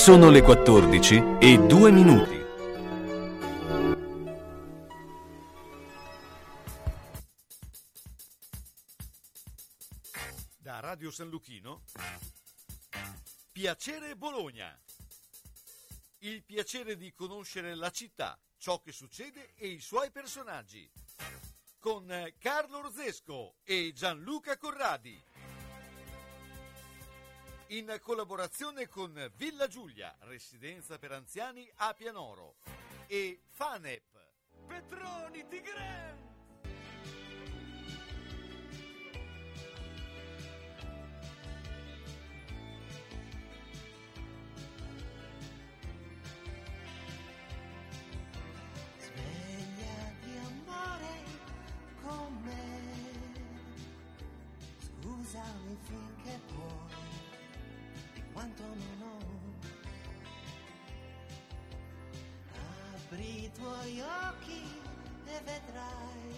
Sono le 14:02. Da Radio San Luchino, Piacere Bologna. Il piacere di conoscere la città, ciò che succede e i suoi personaggi. Con Carlo Orzesco e Gianluca Corradi. In collaborazione con Villa Giulia, residenza per anziani a Pianoro, e Fanep. Petroni Tigre! Svegliati amore con me, scusami finché puoi di quanto non ho. Apri i tuoi occhi e vedrai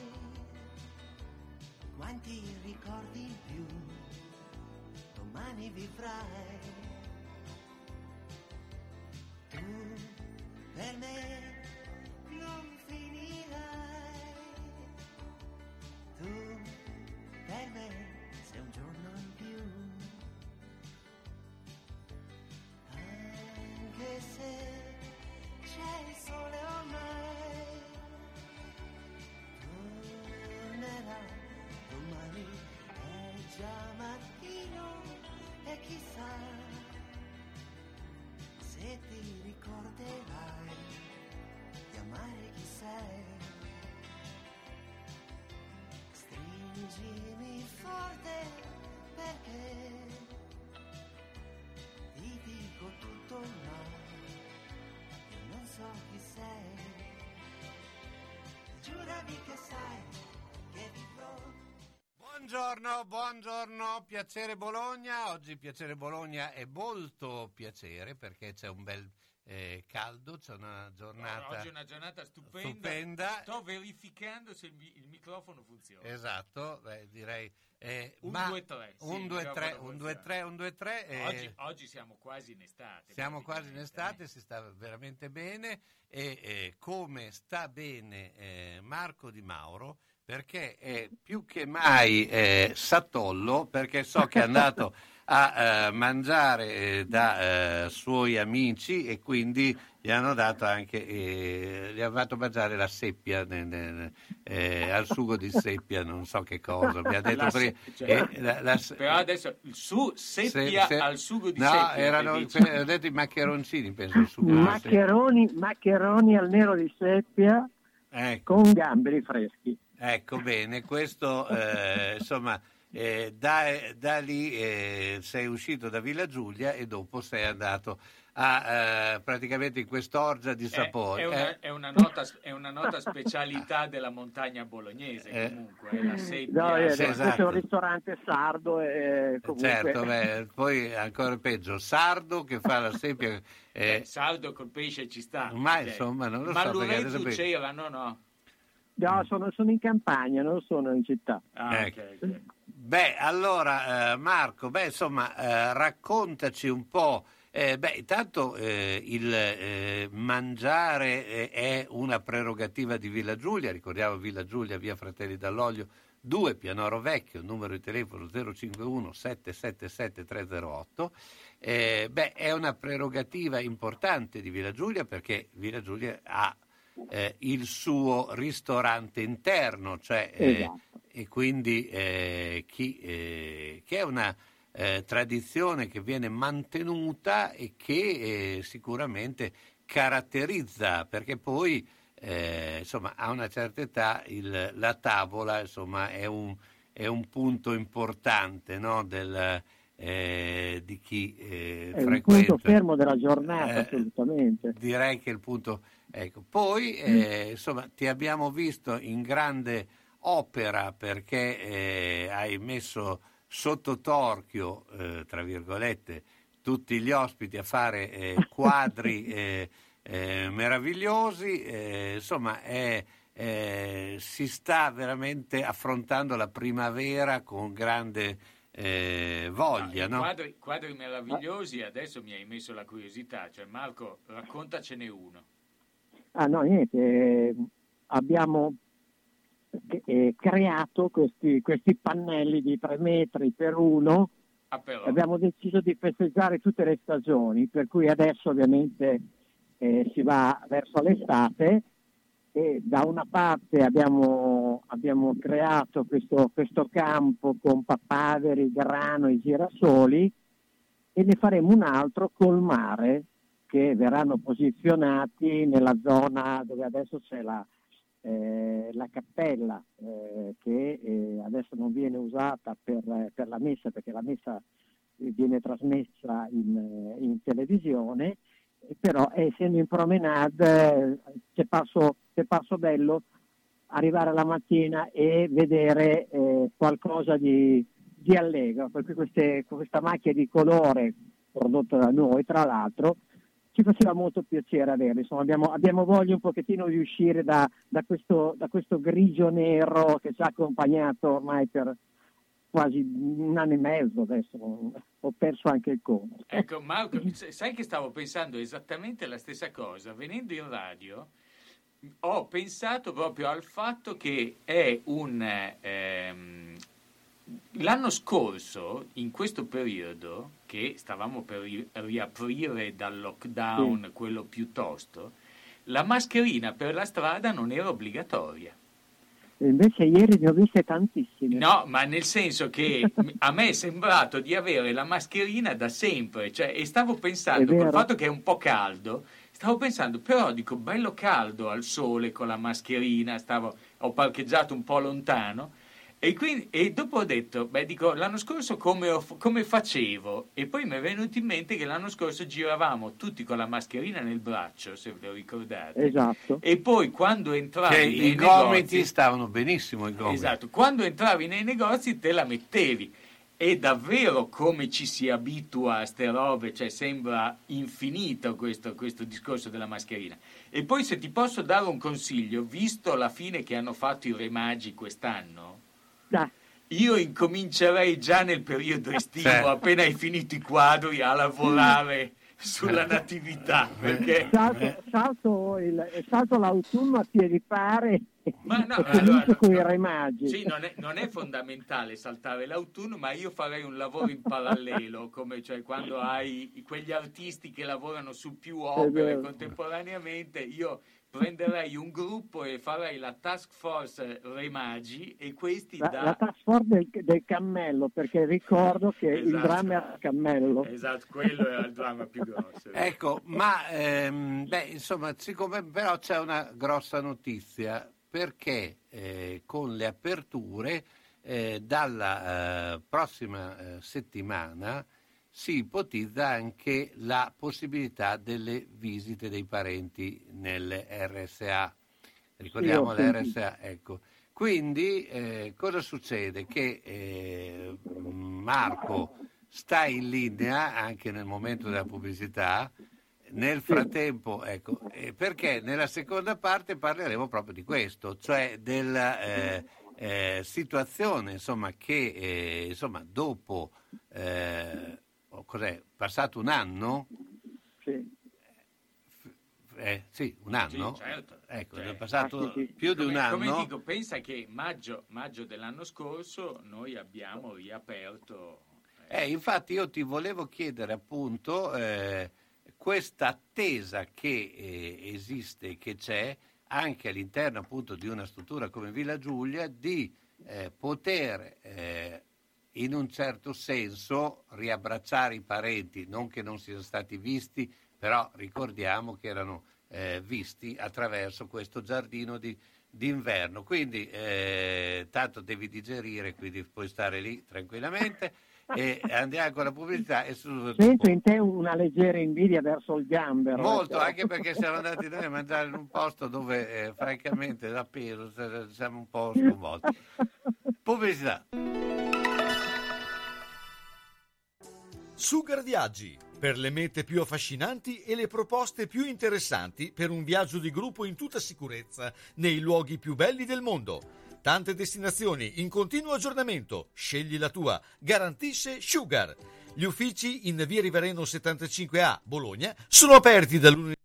quanti ricordi in più domani vivrai. Tu per me non finirai, tu per me sei un giorno in più, anche se c'è il sole ormai, tornerà domani, è già mattino e chissà se ti ricorderai di amare chi sei. Stringimi forte perché ti dico tutto ma io non so chi sei. Giurami che sai che vivrò. Buongiorno, Piacere Bologna. Oggi Piacere Bologna è molto piacere perché c'è un bel caldo, c'è una giornata. Oggi è una giornata stupenda. Sto verificando se il microfono funziona. Esatto, direi 1, 2, 3. 1, 2, 3. Oggi siamo quasi in estate. Si sta veramente bene e come sta bene Marco Di Mauro, perché è più che mai Satollo, perché so che è andato a mangiare da suoi amici e quindi gli hanno dato anche gli hanno fatto mangiare la seppia al sugo di seppia, non so che cosa mi ha detto prima. Però adesso seppia al sugo di seppia. No, ho detto i maccheroncini, penso il sugo maccheroni al nero di seppia, ecco, con gamberi freschi. Ecco, bene, questo insomma da lì sei uscito da Villa Giulia e dopo sei andato a praticamente in quest'orgia di sapori. È una nota specialità della montagna bolognese, comunque, la seppia. No, esatto. Questo è un ristorante sardo e comunque... Certo, poi ancora peggio, sardo che fa la seppia. Sardo col pesce ci sta. Ma insomma, non lo so. Ma Lorenzo c'era, no? No, sono in campagna, non sono in città. Okay. Beh, allora Marco, raccontaci un po'. Intanto il mangiare è una prerogativa di Villa Giulia, ricordiamo Villa Giulia, via Fratelli Dall'Olio 2, Pianoro Vecchio, numero di telefono 051 777 308. È una prerogativa importante di Villa Giulia perché Villa Giulia ha il suo ristorante interno, cioè esatto. E quindi che è una tradizione che viene mantenuta e che sicuramente caratterizza, perché poi a una certa età la tavola è un punto importante, no? Di chi è frequenta. Il punto fermo della giornata, assolutamente. Direi che il punto... Ecco, poi ti abbiamo visto in grande opera perché hai messo sotto torchio, tra virgolette, tutti gli ospiti a fare quadri meravigliosi, si sta veramente affrontando la primavera con grande voglia, no? Quadri meravigliosi, adesso mi hai messo la curiosità, cioè Marco, raccontacene uno. No, niente, abbiamo creato questi pannelli di 3 metri per 1. Abbiamo deciso di festeggiare tutte le stagioni, per cui adesso ovviamente si va verso l'estate e da una parte abbiamo creato questo campo con papaveri, grano e girasoli, e ne faremo un altro col mare, che verranno posizionati nella zona dove adesso c'è la cappella, che adesso non viene usata per la messa, perché la messa viene trasmessa in televisione, però essendo in promenade c'è passo bello arrivare la mattina e vedere qualcosa di allegro, perché questa macchia di colore prodotta da noi, tra l'altro, ci faceva molto piacere avere. Insomma, abbiamo voglia un pochettino di uscire da questo grigio nero che ci ha accompagnato ormai per quasi 1 anno e mezzo, adesso ho perso anche il conto. Ecco, Marco, sai che stavo pensando esattamente la stessa cosa? Venendo in radio ho pensato proprio al fatto che è l'anno scorso, in questo periodo, che stavamo per riaprire dal lockdown, quello più tosto, la mascherina per la strada non era obbligatoria. Invece ieri ne ho viste tantissime. No, ma nel senso che a me è sembrato di avere la mascherina da sempre, cioè, e stavo pensando, col fatto che è un po' caldo, stavo pensando, però dico, bello caldo al sole con la mascherina, ho parcheggiato un po' lontano, e dopo ho detto, l'anno scorso come facevo? E poi mi è venuto in mente che l'anno scorso giravamo tutti con la mascherina nel braccio, se ve lo ricordate. Esatto. E poi quando entravi nei negozi... I gomiti stavano benissimo, i gomiti. Esatto, quando entravi nei negozi te la mettevi. E davvero come ci si abitua a ste robe, cioè sembra infinito questo discorso della mascherina. E poi se ti posso dare un consiglio, visto la fine che hanno fatto i Re Magi quest'anno, io incomincerei già nel periodo estivo, appena hai finito i quadri, a lavorare sulla natività, perché salto l'autunno a piedi pari con i Re Magi. Sì, non è fondamentale saltare l'autunno, ma io farei un lavoro in parallelo, come cioè quando hai quegli artisti che lavorano su più opere contemporaneamente, io prenderei un gruppo e farei la task force Re Magi, e questi la task force del cammello, perché ricordo che il dramma era il cammello. Esatto, quello era il dramma più grosso. Ecco, ma insomma, siccome però c'è una grossa notizia, perché con le aperture dalla prossima settimana si ipotizza anche la possibilità delle visite dei parenti nelle RSA. Ricordiamo l'RSA, ecco. Quindi cosa succede? Che Marco sta in linea anche nel momento della pubblicità. Nel frattempo, ecco, perché nella seconda parte parleremo proprio di questo, cioè della situazione, insomma, che dopo cos'è? Passato un anno? Sì. Sì, un anno? Sì, certo. Ecco, è passato più di un anno. Come dico, pensa che maggio dell'anno scorso noi abbiamo riaperto. Infatti io ti volevo chiedere appunto questa attesa che esiste, che c'è anche all'interno appunto di una struttura come Villa Giulia, di poter in un certo senso riabbracciare i parenti, non che non siano stati visti, però ricordiamo che erano visti attraverso questo giardino d'inverno. Quindi tanto devi digerire, quindi puoi stare lì tranquillamente e andiamo con la pubblicità. Sento in te una leggera invidia verso il gambero. Molto, anche perché siamo andati noi a mangiare in un posto dove francamente da peso siamo un po' sconvolti. Pubblicità. Sugar Viaggi, per le mete più affascinanti e le proposte più interessanti per un viaggio di gruppo in tutta sicurezza nei luoghi più belli del mondo. Tante destinazioni in continuo aggiornamento. Scegli la tua. Garantisce Sugar. Gli uffici in via Rivareno 75A, Bologna, sono aperti da lunedì.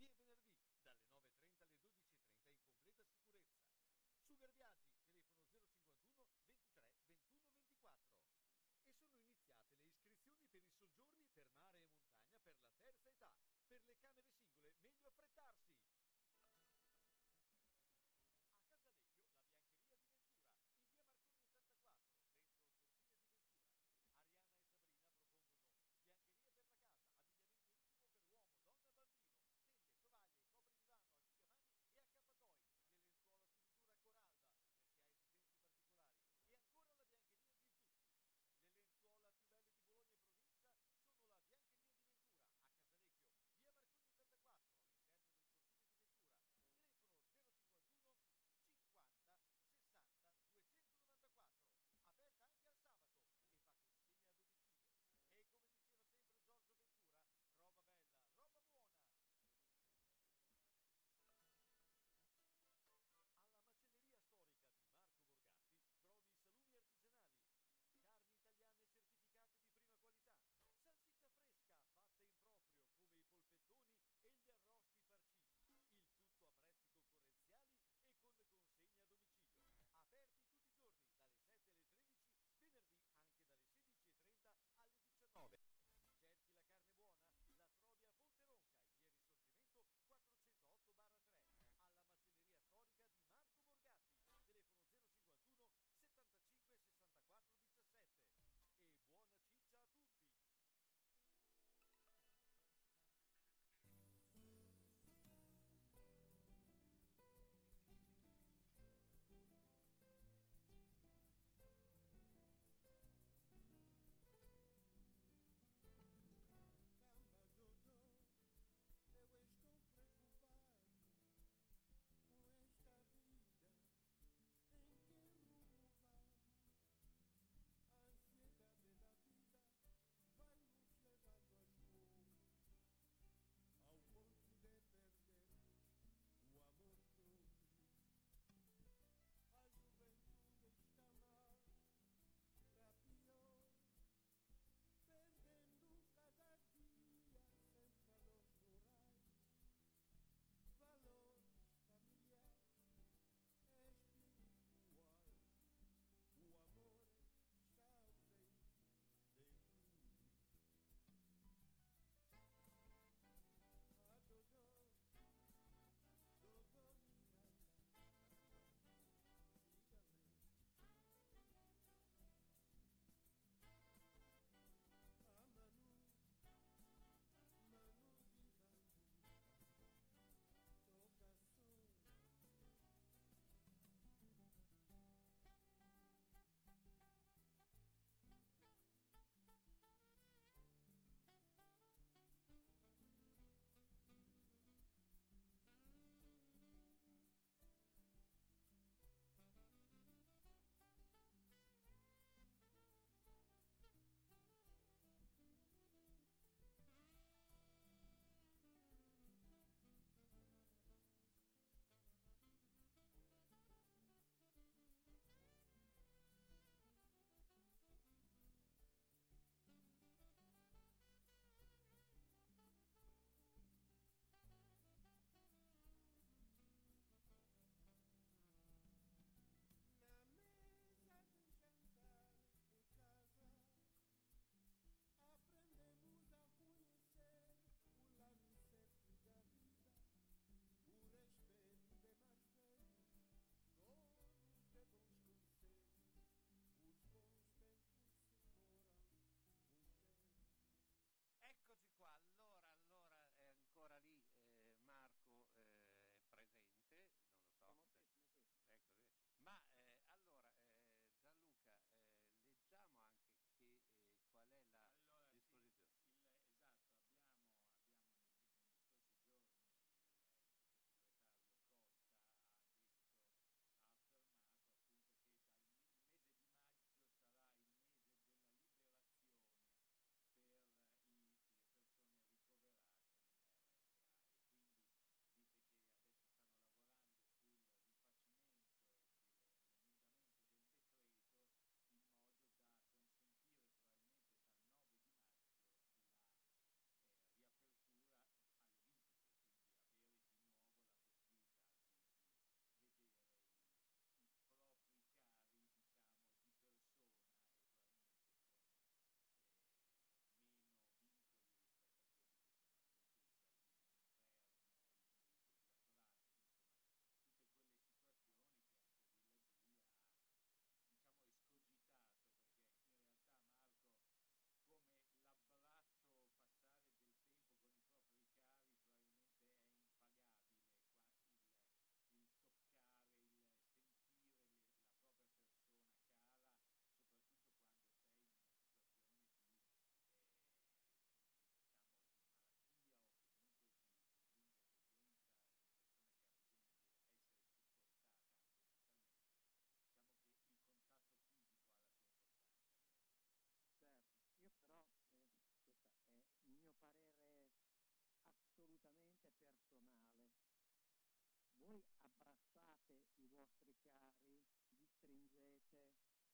personale, voi abbracciate i vostri cari, li stringete,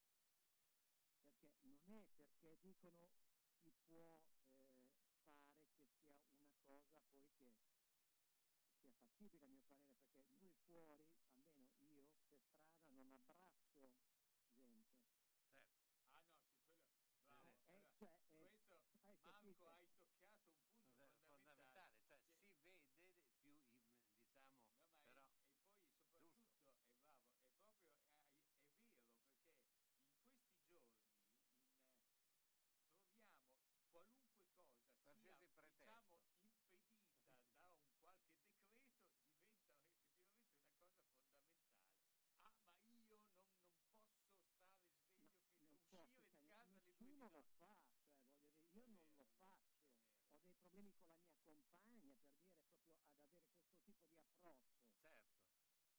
perché non è perché dicono si può fare che sia una cosa poi che sia fattibile a mio parere, perché noi fuori, almeno io per strada non abbraccio gente. Certo. Ah no, su quello bravo. Questo hai Marco capito? hai toccato un punto fondamentale, cioè che- si vede più diciamo, No, ma però e poi soprattutto giusto. è bravo, è proprio è vero perché in questi giorni troviamo qualunque cosa sia Qualsiasi diciamo pretesto. impedita da un qualche decreto diventa effettivamente una cosa fondamentale. Ah, ma io non posso stare sveglio fino a Non uscire posso, di cioè, casa alle 2 di nessuno lo notte. fa, cioè voglio dire, io È non vero, lo è vero, faccio, è vero, ho dei problemi con la mia compagna per dire proprio ad avere questo tipo di approccio. Certo.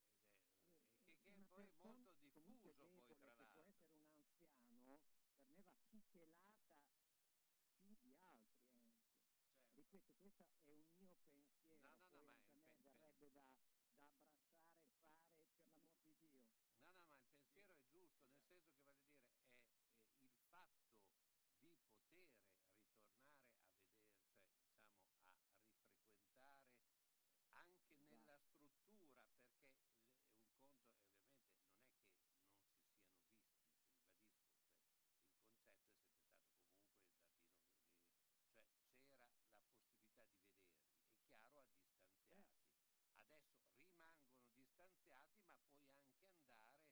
Che è Una poi persona molto comunque diffuso poi debole, tra che può l'altro. essere un anziano, per me va tutelata più di altri anche. certo. Ripeto, questo è un mio pensiero, No, poi ma anche a me verrebbe da abbracciare e fare, per l'amor di Dio. No, ma il pensiero Sì, è giusto, nel esatto. senso che voglio dire è il fatto di poter ritornare a vedere, cioè diciamo a rifrequentare anche Esatto. nella struttura, perché un conto ovviamente non è che non si siano visti, ribadisco, cioè il concetto è sempre stato comunque il giardino cioè c'era la possibilità di vederli, è chiaro, a distanziati. Adesso rimangono distanziati, ma puoi anche andare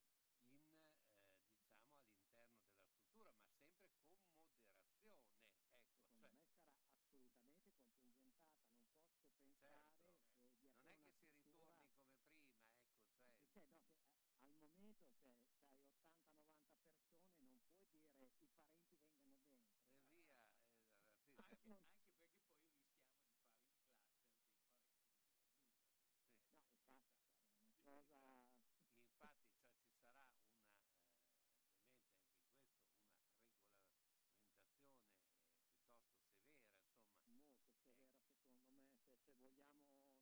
diciamo all'interno della struttura, ma sempre con moderazione. Ecco, Secondo me sarà assolutamente contingentata, non posso pensare certo. di Non avere è una che si struttura. ritorni come prima, ecco, cioè Cioè, no, che, al momento c'hai 80-90 persone, non puoi dire i parenti vengano dentro. e via. Sì, Anche perché poi rischiamo di fare il cluster dei parenti di Villa Giulia dopo. Sì. No, infatti, diventa- è una cosa. Infatti, cioè, ci sarà ovviamente anche in questo una regolamentazione piuttosto severa, insomma. Molto severa secondo me, se vogliamo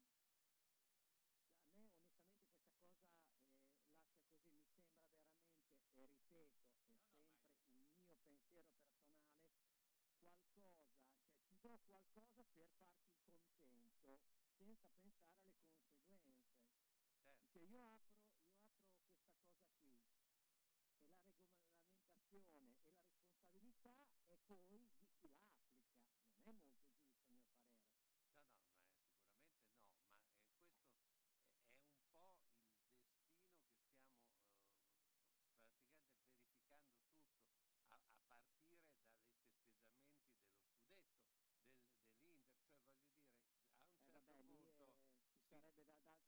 a me onestamente questa cosa lascia così, mi sembra veramente, e ripeto, è sempre il mio pensiero personale, qualcosa, cioè ti do qualcosa per farti contento senza pensare alle conseguenze. Certo. Cioè io apro questa cosa qui e la regolamentazione e la responsabilità è poi di chi la applica, non è molto giusto a mio parere. No, sicuramente no, ma questo è un po' il destino che stiamo praticamente verificando tutto, a partire dai festeggiamenti dello scudetto dell'Inter, cioè voglio dire, a un certo punto Ci sarebbe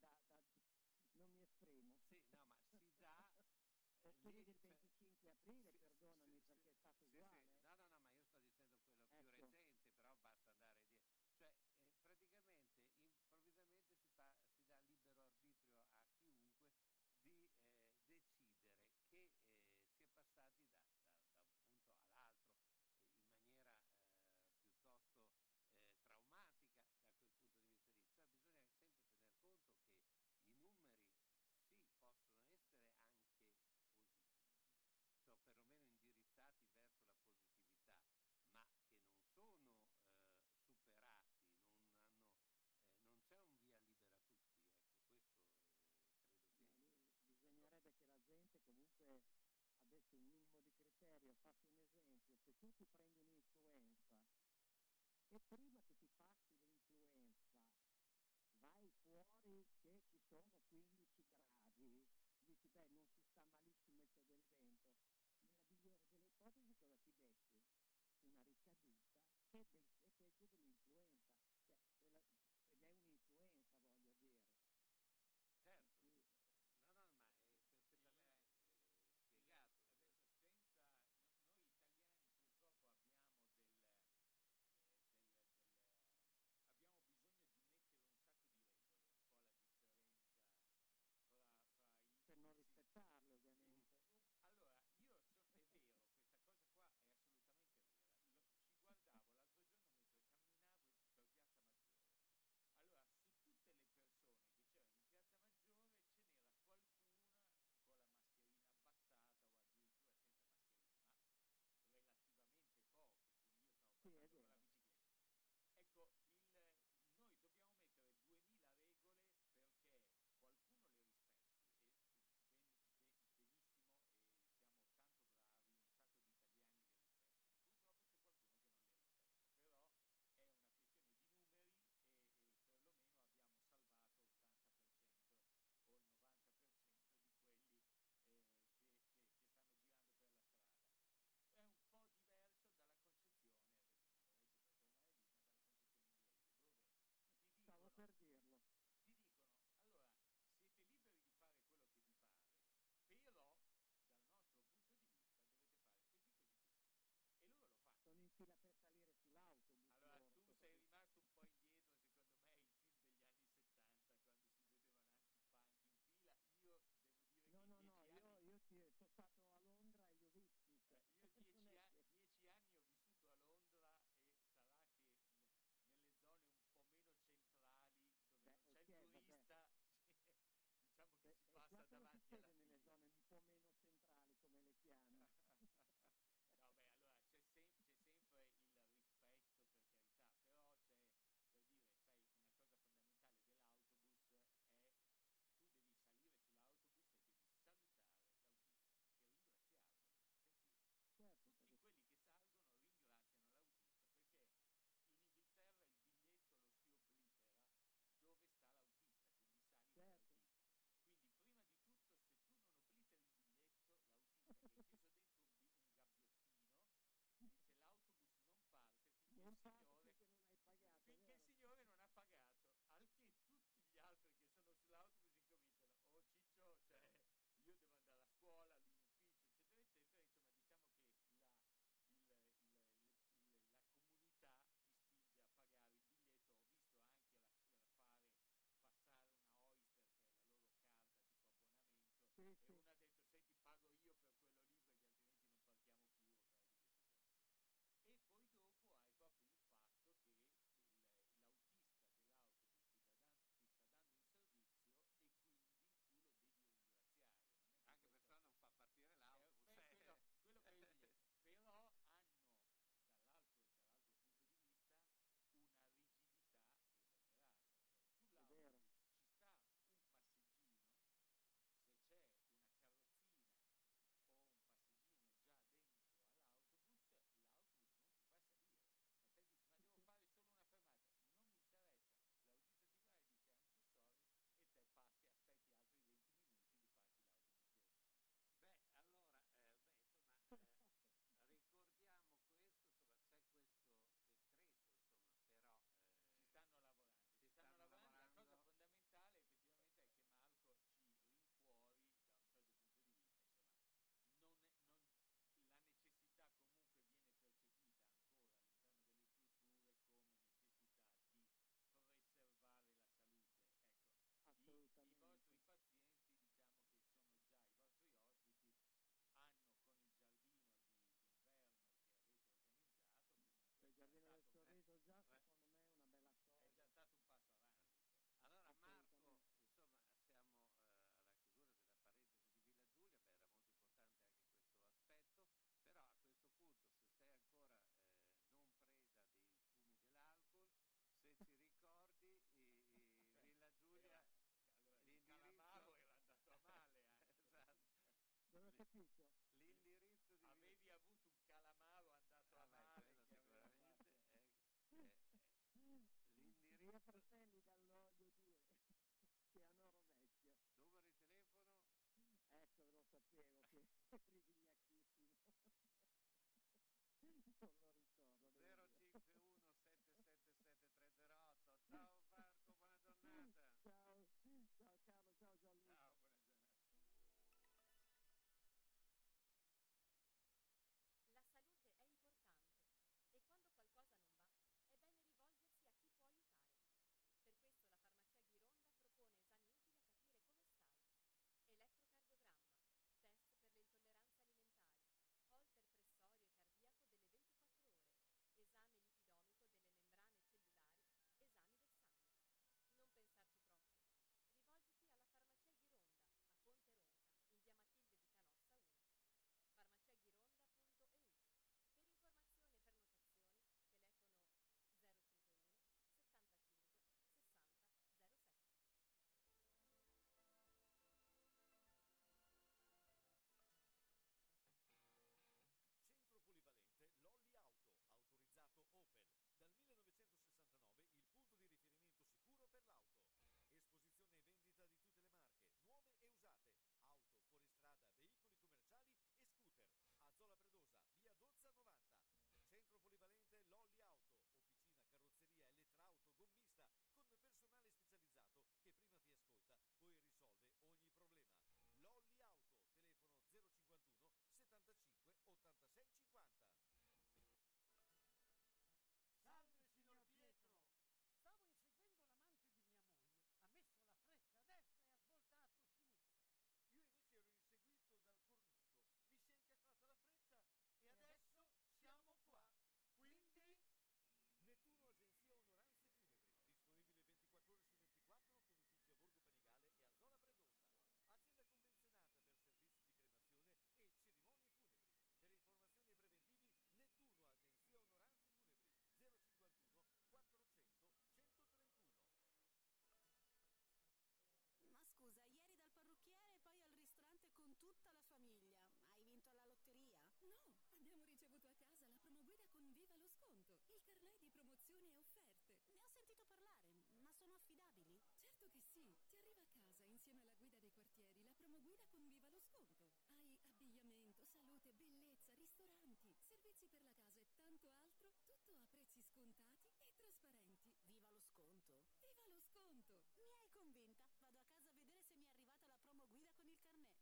non mi esprimo. Sì, no, ma si dà Oppure del 25 aprile, perdonami, perché è stato uguale. No, ma io sto dicendo quello più recente, però basta andare dietro. Cioè, praticamente, improvvisamente si dà libero arbitrio a chiunque di decidere che si è passati da un punto all'altro in maniera piuttosto traumatica da quel punto di vista lì. Cioè, bisogna sempre tener conto che i numeri sì possono essere anche positivi, cioè perlomeno indirizzati verso la positività, ma che non sono superati, non c'è un via libera a tutti, ecco, questo credo che. Bisognerebbe che la gente comunque avesse un minimo di criterio. Faccio un esempio: se tu ti prendi un'influenza e prima che ti passi l'influenza vai fuori che ci sono 15 gradi, dici beh non si sta malissimo e c'è del vento, nella migliore delle ipotesi cosa ti becchi? Una ricaduta che è peggio dell'influenza, cioè, ed è un'influenza, voglio dire. Certo, cui, no, ma è perfettamente spiegato. Adesso noi italiani purtroppo abbiamo abbiamo bisogno di mettere un sacco di regole, un po' la differenza fra i per non rispettarle ovviamente. Allora, è vero, questa cosa qua è assolutamente vera. Ci guardavo l'altro giorno mentre camminavo davanti alla nelle fila. zone un po' meno centrali come le chiami. No, beh, allora c'è sempre il rispetto, per carità, però c'è, per dire, sai, una cosa fondamentale dell'autobus è tu devi salire sull'autobus e devi salutare l'autista e ringraziarlo, sei più. Certo, Tutti perché quelli che salgono ringraziano l'autista, perché in Inghilterra il biglietto lo si oblitera dove sta l'autista, quindi sali certo. dall'autista. Quindi prima di tutto, se tu non obliteri il biglietto, l'autista che è chiuso dentro un gabbiottino dice l'autobus non parte finché non il parte signore perché non hai pagato, finché il signore non ha pagato, al che tutti gli altri che sono sull'autobus incominciano: oh Ciccio, cioè io devo andare a scuola, lui in ufficio, eccetera eccetera. Insomma, diciamo che la comunità ti spinge a pagare il biglietto. Ho visto anche fare passare una Oyster, che è la loro carta tipo abbonamento, sì, e sì. uno ha detto: senti, pago io per quello lì perché altrimenti non partiamo più, o cose di questo genere. E poi dopo hai proprio il fatto che l'autista dell'autobus ti sta dando un servizio e quindi tu lo devi ringraziare. Non è che Anche questo perché non fa partire l'autobus. quello per il biglietto. Però hanno dall'altro punto di vista una rigidità esagerata, cioè sull'autobus ci sta un passeggino, se c'è una carrozzina o un passeggino già dentro all'autobus, l'autobus non ti fa salire, ma te dici: ma devo fare solo una fermata, non mi interessa, l'autista ti guarda e dice I'm so sorry, e te aspetti altri 20 minuti che passi l'autobus dopo. Beh, allora, insomma, ricordiamo questo, insomma, c'è questo decreto, insomma, però... Ci stanno lavorando. La cosa fondamentale effettivamente è che Marco ci rincuori da un certo punto di vista, insomma, la necessità comunque viene percepita ancora all'interno delle strutture come necessità di preservare la salute. Ecco, i vostri pazienti, diciamo che sono già i vostri ospiti, hanno con il giardino d'inverno che avete organizzato comunque il giardino del sorriso già secondo me è una bella cosa, è già stato un passo avanti, insomma. Allora Marco, insomma, siamo alla chiusura della parentesi di Villa Giulia. Beh, era molto importante anche questo aspetto, però a questo punto, se sei ancora non preda dei fumi dell'alcol, se ci ricordi cioè, Villa Giulia, allora, il calamaro era andato a male anche. Esatto. Non ho capito. L'indirizzo di avevi avuto un calamaro andato a male, quello sicuramente l'indirizzo. Due fratelli dall'olio 2 Pianoro Vecchio. Numero di telefono? Ecco, lo sapevo che eri vigliacchissimo. Non lo ricordo. 051 777 308. Ciao Marco, buona giornata. Ciao Carlo, ciao Gianluca. Ciao, buona giornata. La salute è importante e quando qualcosa non va è bene rivolgersi a chi può aiutare. Per questo la farmacia Ghironda propone esami utili a capire come stai. Elettrocardiogramma, test per le intolleranze alimentari, holter pressorio e cardiaco delle 24 ore, esame lipidomico delle membrane cellulari, esami del sangue. Non pensarci troppo. Rivolgiti alla farmacia Ghironda a Ponte Ronca, in via Matilde di Canossa 1. farmaciaghironda.eu. Per informazioni e prenotazioni telefono 051 75 60 07. Centro polivalente Lolli Auto, autorizzato Opel. Dal 1969 il punto di riferimento sicuro per l'auto. Esposizione e vendita di tutte le marche, nuove e usate, auto, fuoristrada, veicoli commerciali e scooter. A Zola Predosa, via Dozza 90. Centro polivalente Lolli Auto, officina, carrozzeria, elettrauto, gommista, con personale specializzato che prima ti ascolta, poi risolve ogni problema. Lolli Auto, telefono 051 75 86 50. Salve signor Pietro! Stavo inseguendo l'amante di mia moglie. Ha messo la freccia a destra e ha svoltato a sinistra. Io invece ero inseguito dal cornuto. Mi si è incastrata la freccia e adesso siamo qua. Quindi... Nettuno Agenzia Onoranze Funebri, disponibile 24 ore su 24 con uffici a Borgo Panigale e a Zola Predosa. Azienda convenzionata scontati e trasparenti. Viva lo sconto! Viva lo sconto! Mi hai convinta. Vado a casa a vedere se mi è arrivata la promo guida con il carnet.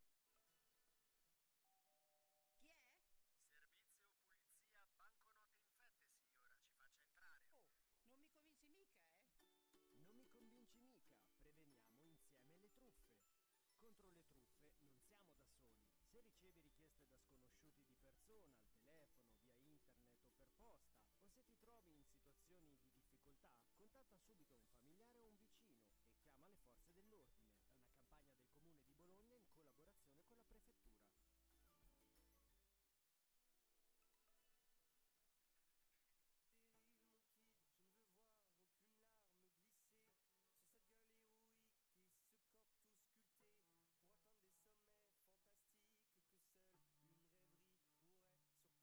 Chi è? Servizio pulizia banconote infette, signora, ci faccia entrare. Oh, non mi convinci mica, Non mi convinci mica, preveniamo insieme le truffe. Contro le truffe non siamo da soli. Se ricevi richieste da sconosciuti di persona, al telefono, via internet o per posta, o se ti trovi in situazioni di difficoltà, contatta subito un familiare o un vicino e chiama le forze dell'ordine. È una campagna del Comune di Bologna in collaborazione con la Prefettura. Mon kid, je ne veux voir aucune larme glisser sur cette gueule héroïque et ce corps tout sculpté pour atteindre des sommets fantastiques que seule une rêverie pourrait sur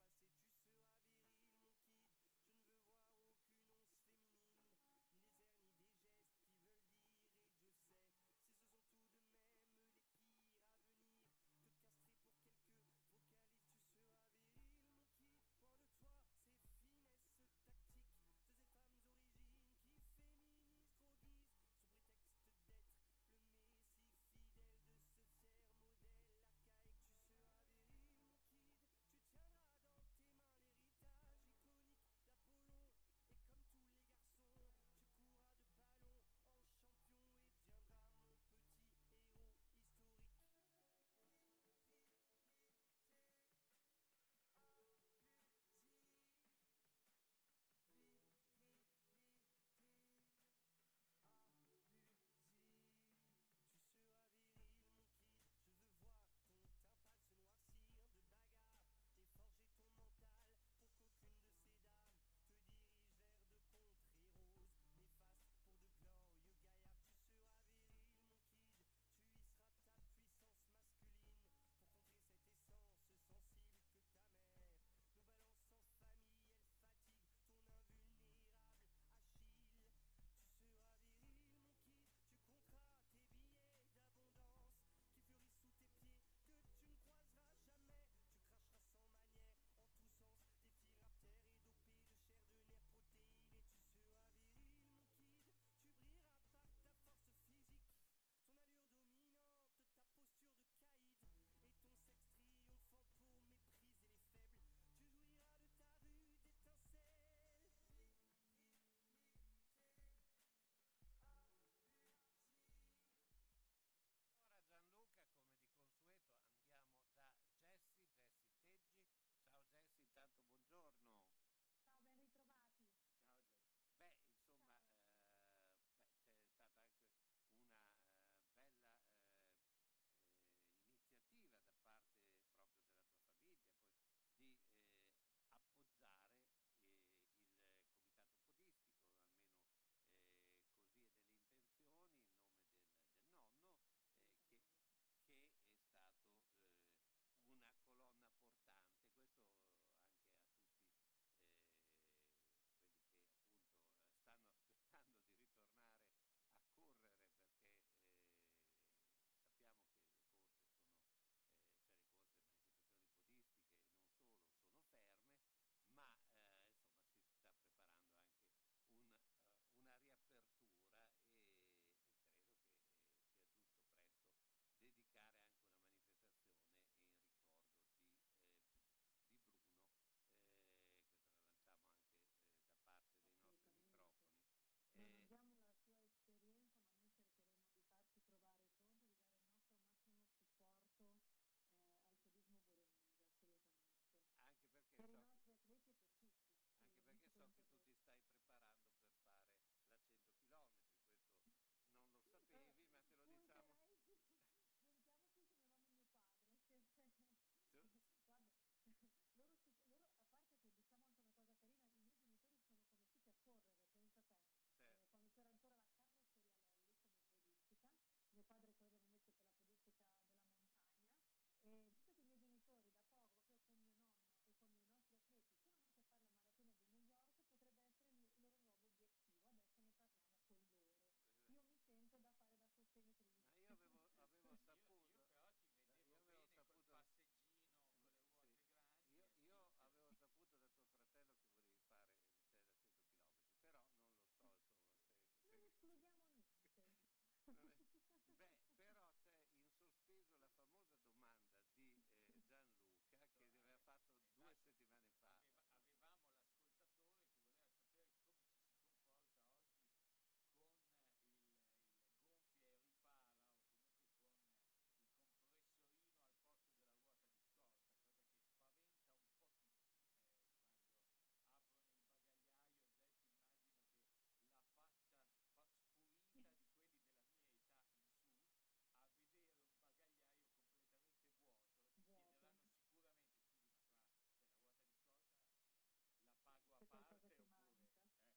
2 settimane fa. Avevamo l'ascoltatore che voleva sapere come ci si comporta oggi con il gonfia e ripara, o comunque con il compressorino al posto della ruota di scorta, cosa che spaventa un po' tutti quando aprono il bagagliaio. Jess, immagino che la faccia spurita di quelli della mia età in su a vedere un bagagliaio completamente vuoto ti chiederanno sicuramente: scusi, ma qua c'è la ruota di scorta, la pago a parte oppure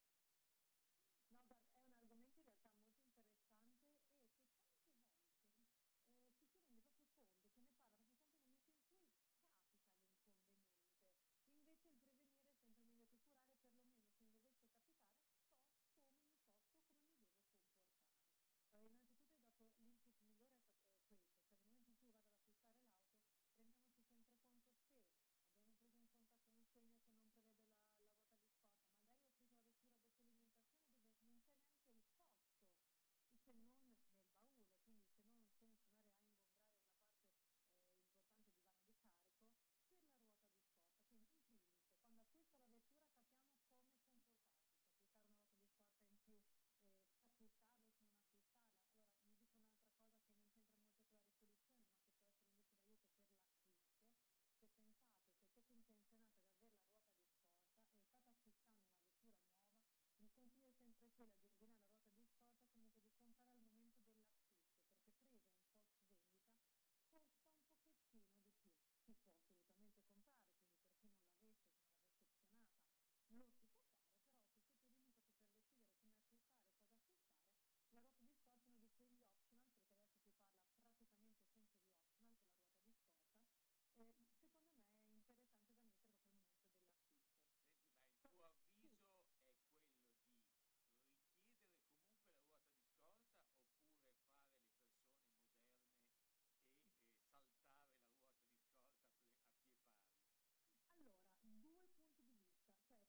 No, guarda, è un argomento in realtà molto interessante e che tante volte ci si rende proprio conto, se ne parla proprio soltanto nel momento in cui capita l'inconveniente. Invece il prevenire è sempre meglio che curare, perlomeno se mi dovesse capitare so come mi devo comportare. Innanzitutto hai dato l'input migliore, è questo, cioè nel momento in cui vado ad acquistare l'auto rendiamoci sempre conto se abbiamo preso un contaconsegna che non prevede la ruota di scorta, magari ho preso la vettura ad autoalimentazione dove non c'è neanche il posto, se non nel baule, quindi se non senza andare a ingombrare una parte importante di vano di carico, per la ruota di scorta. Quindi in primis, quando acquisto la vettura capiamo come comportarci, se acquistare una ruota di scorta in più, se acquistarla o se non acquistarla. Allora vi dico un'altra cosa che non c'entra molto con la risoluzione, ma che può essere invece d'aiuto per l'acquisto. Se pensate, se siete intenzionati ad avere la ruota di scorta e state acquistando una vettura nuova, il consiglio è sempre quello di ordinare la ruota di scorta o comunque di comprare al momento dell'acquisto, perché presa in post vendita costa un pochettino di più. Si può assolutamente comprare, quindi per chi non l'avesse opzionata, lo si può fare, però se siete lì proprio per decidere come acquistare e cosa acquistare, la ruota di scorta è uno di quegli optional, perché adesso si parla praticamente sempre di optional per la ruota di scorta. Secondo me è interessante da mettere proprio al momento dell'acquisto. Senti, ma il tuo avviso è quello di richiedere comunque la ruota di scorta oppure fare le persone moderne e saltare la ruota di scorta a pie pari? Allora, due punti di vista, cioè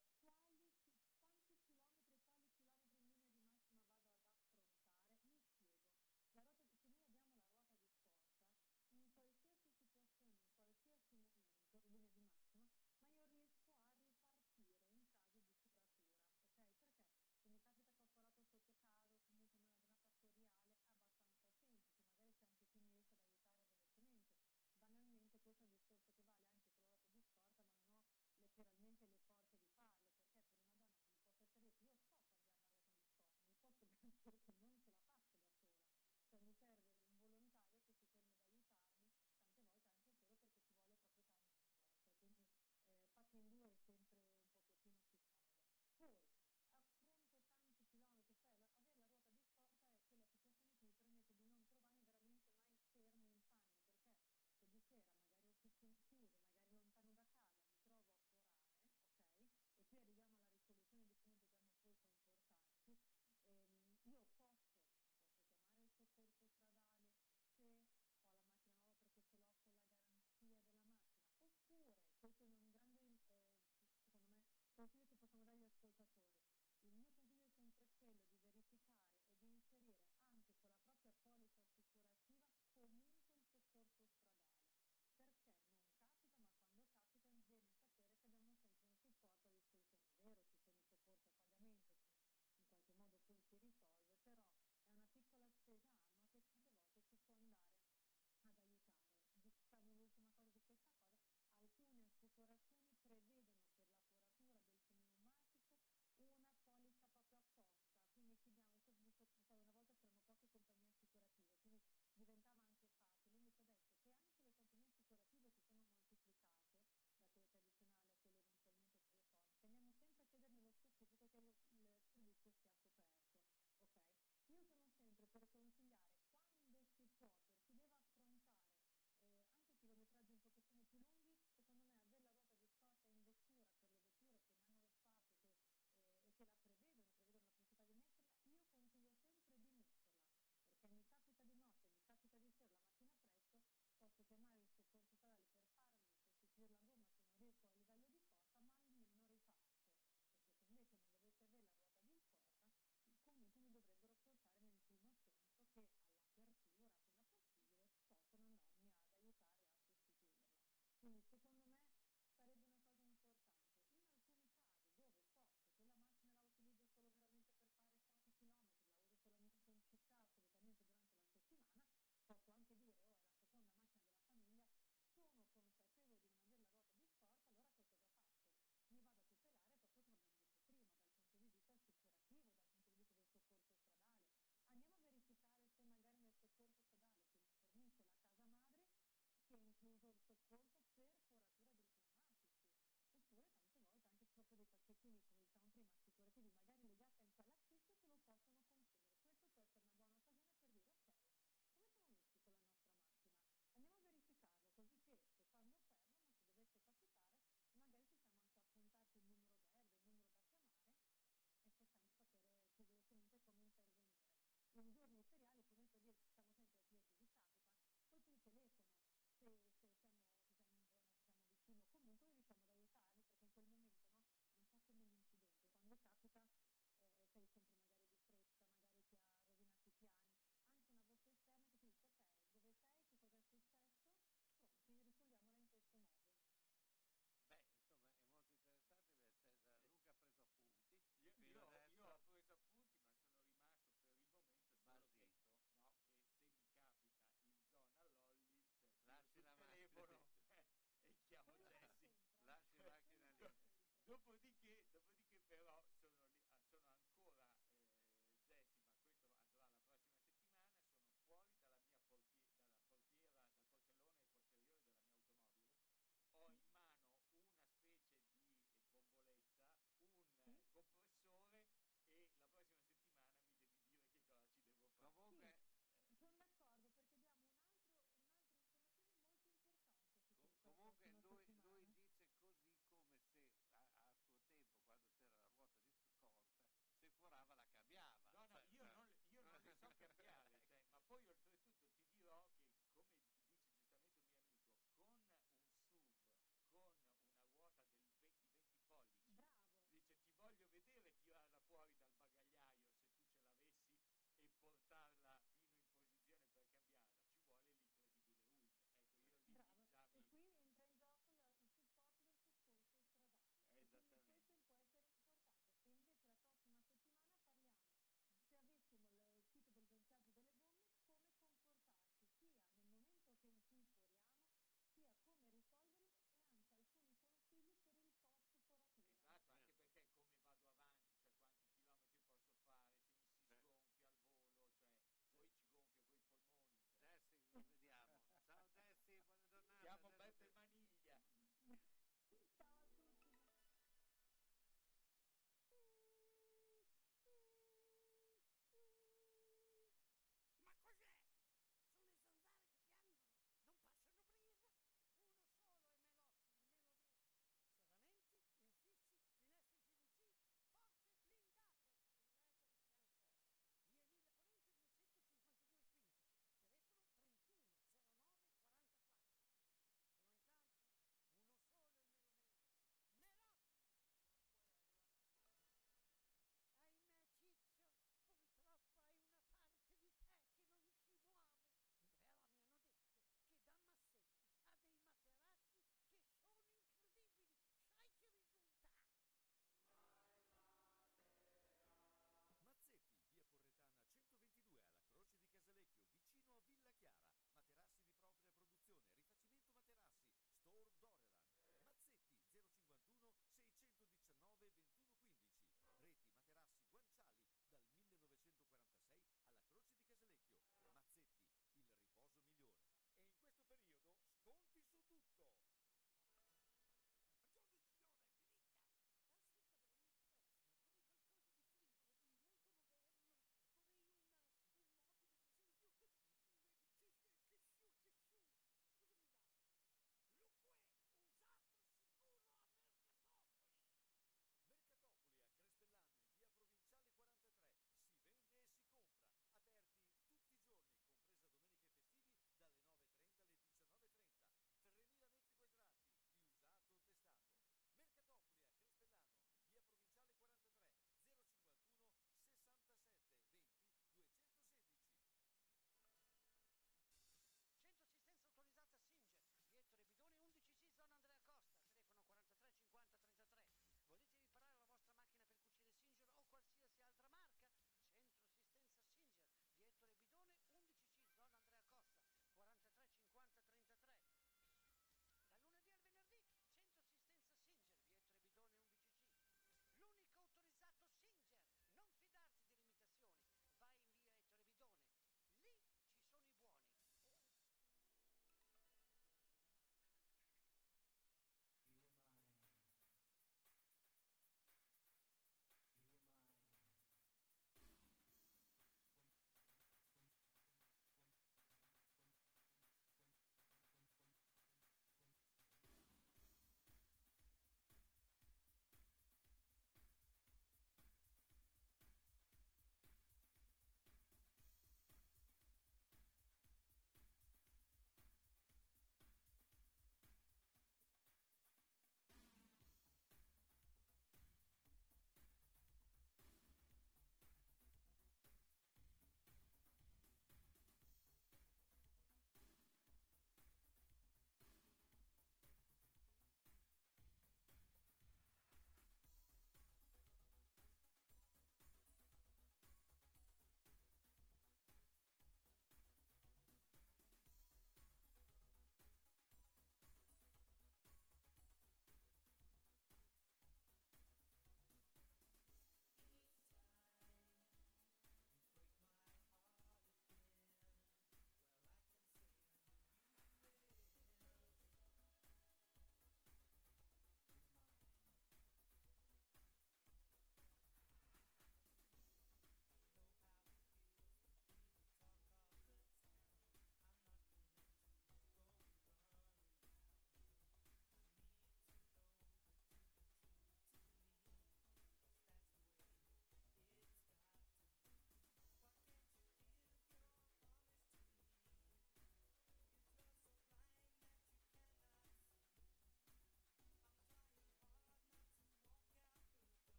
quanti chilometri e quali chilometri in linea di massima vado ad affrontare? Mi spiego. Se noi abbiamo la ruota di scorta, in qualsiasi situazione, in qualsiasi momento, in linea di massima, ma io riesco a ripartire in caso di curatura, ok? Perché se mi capita che ho parato sotto casa o comunque in una giornata feriale è abbastanza semplice, magari c'è anche chi mi riesce ad aiutare velocemente. Banalmente questo è un discorso che vale anche con la ruota di scorta, ma non ho letteralmente le forze di farlo, perché per una donna come posso essere io so cambiare una ruota di scorta, mi posso garantire che non ce la faccio da sola, cioè mi serve un volontario che si fermi ad aiutarmi, tante volte anche solo perché ci vuole proprio tante forze, quindi fatto in due è sempre un pochettino più comodo. Poi affronto tanti chilometri, cioè avere la ruota di scorta è quella situazione che mi permette di non trovarmi veramente mai fermi in panne, perché se di sera magari officine chiuse, magari lontano da casa, mi trovo a forare, ok? E qui arriviamo alla risoluzione di come dobbiamo poi comportarci. Io posso chiamare il soccorso stradale se ho la macchina nuova perché ce l'ho con la garanzia della macchina, oppure, questo è un grande, secondo me, consiglio che possiamo dare agli ascoltatori. Il mio consiglio è sempre quello di verificare e di inserire anche con la propria polizza assicurativa comunque il soccorso stradale, perché non capita, ma quando capita è bene sapere che abbiamo sempre un supporto a disposizione. È vero, ci sono i soccorsi a pagamento, quindi in qualche modo poi si risolve, però è una piccola spesa annua che tante volte ci può andare ad aiutare. Diciamo l'ultima cosa di questa cosa, alcune assicurazioni prevedono per la foratura del pneumatico una polizza proprio apposta, quindi chiediamo, sai, una volta c'erano poche compagnie assicurative, quindi diventava anche facile, invece adesso che anche le compagnie assicurative si sono moltiplicate, da quelle tradizionali a quelle eventualmente telefoniche, andiamo sempre a chiedere nello specifico che il servizio sia coperto, ok? Io sono sempre per consigliare, quando si può, per chi deve affrontare anche chilometraggi un pochettino più lunghi, secondo me avere la ruota di scorta in vettura per le vetture che ne hanno lo spazio e che la prevedono la possibilità di metterla, io consiglio sempre di metterla, perché mi capita di notte, mi capita di sera, la mattina presto, posso chiamare il soccorso stradale per farmi sostituire la gomma se non riesco a livello di forza, ma almeno riparto, perché se invece non dovesse avere la ruota di scorta, comunque mi dovrebbero portare nel primo centro che all'apertura appena possibile possono andarmi ad aiutare a sostituirla. Quindi secondo me sarebbe una cosa Dopodiché però sono ancora, Jessy, ma questo andrà la prossima settimana, sono fuori dalla mia dalla portiera, dal portellone posteriore della mia automobile, ho in mano una specie di bomboletta, un compressore, e la prossima settimana mi devi dire che cosa ci devo fare. Comunque, sono d'accordo, perché diamo un'altra informazione molto importante su questo. Comunque lui dice così come se a suo tempo, quando c'era la ruota di corsa, se forava la cambiava. No, io non le so cambiare, ma poi oltretutto ti dirò che, come dice giustamente un mio amico, con un SUV con una ruota di 20 pollici, bravo, dice ti voglio vedere tirarla fuori dal bagagliaio se tu ce l'avessi e portarla fino in posizione per cambiarla, ci vuole l'incredibile Hulk. Ecco, io lì bravo. già E qui entra in gioco il supporto del soccorso stradale. Esattamente. Quindi questo può essere importante. E invece la prossima settimana parliamo, se avessimo il kit del gonfiaggio delle gomme, come comportarsi sia nel momento in cui foriamo, sia come risolverlo, e anche alcuni consigli per il post foratura. Esatto, anche perché come vado avanti, cioè quanti chilometri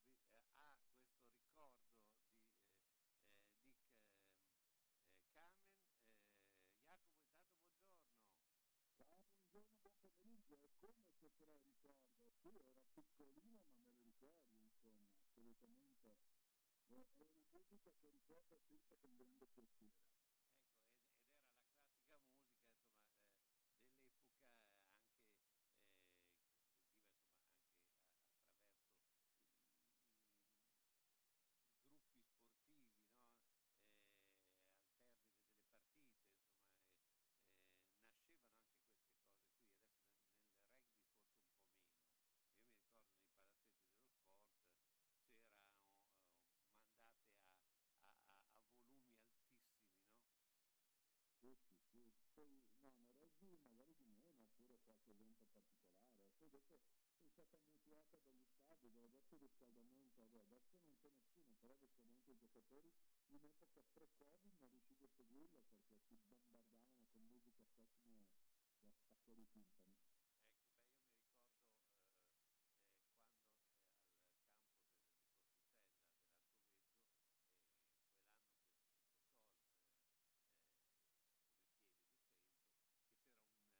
ha questo ricordo di Dick Kamen. Jacopo, intanto buongiorno. Ciao, buongiorno, buon pomeriggio. E come se te lo ricordo? Sì, ero piccolino ma me lo ricordo, insomma, assolutamente. È una musica che ricordo sempre con grande piacere. Ecco, ed era la classica musica, insomma, dell'epoca anche che si sentiva, insomma, anche attraverso i gruppi sportivi, no? Al termine delle partite, insomma, nascevano anche queste cose qui. Adesso nel rugby forse un po' meno. Io mi ricordo nei palazzetti dello sport c'erano mandate a volumi altissimi, no? Sì. Poi no, nel rugby magari di meno, oppure qualche evento particolare. Poi dopo è stata mutuata dagli stadi, dove adesso il riscaldamento, adesso non c'è nessuno, però il riscaldamento dei giocatori in epoca pre-Covid non riuscivo a seguirlo perché si bombardavano con musica techno da staccare i timpani. Ecco, io mi ricordo quando al campo di Corsicella dell'Arcoveggio, quell'anno che si giocò come Pieve di Centro, che c'era un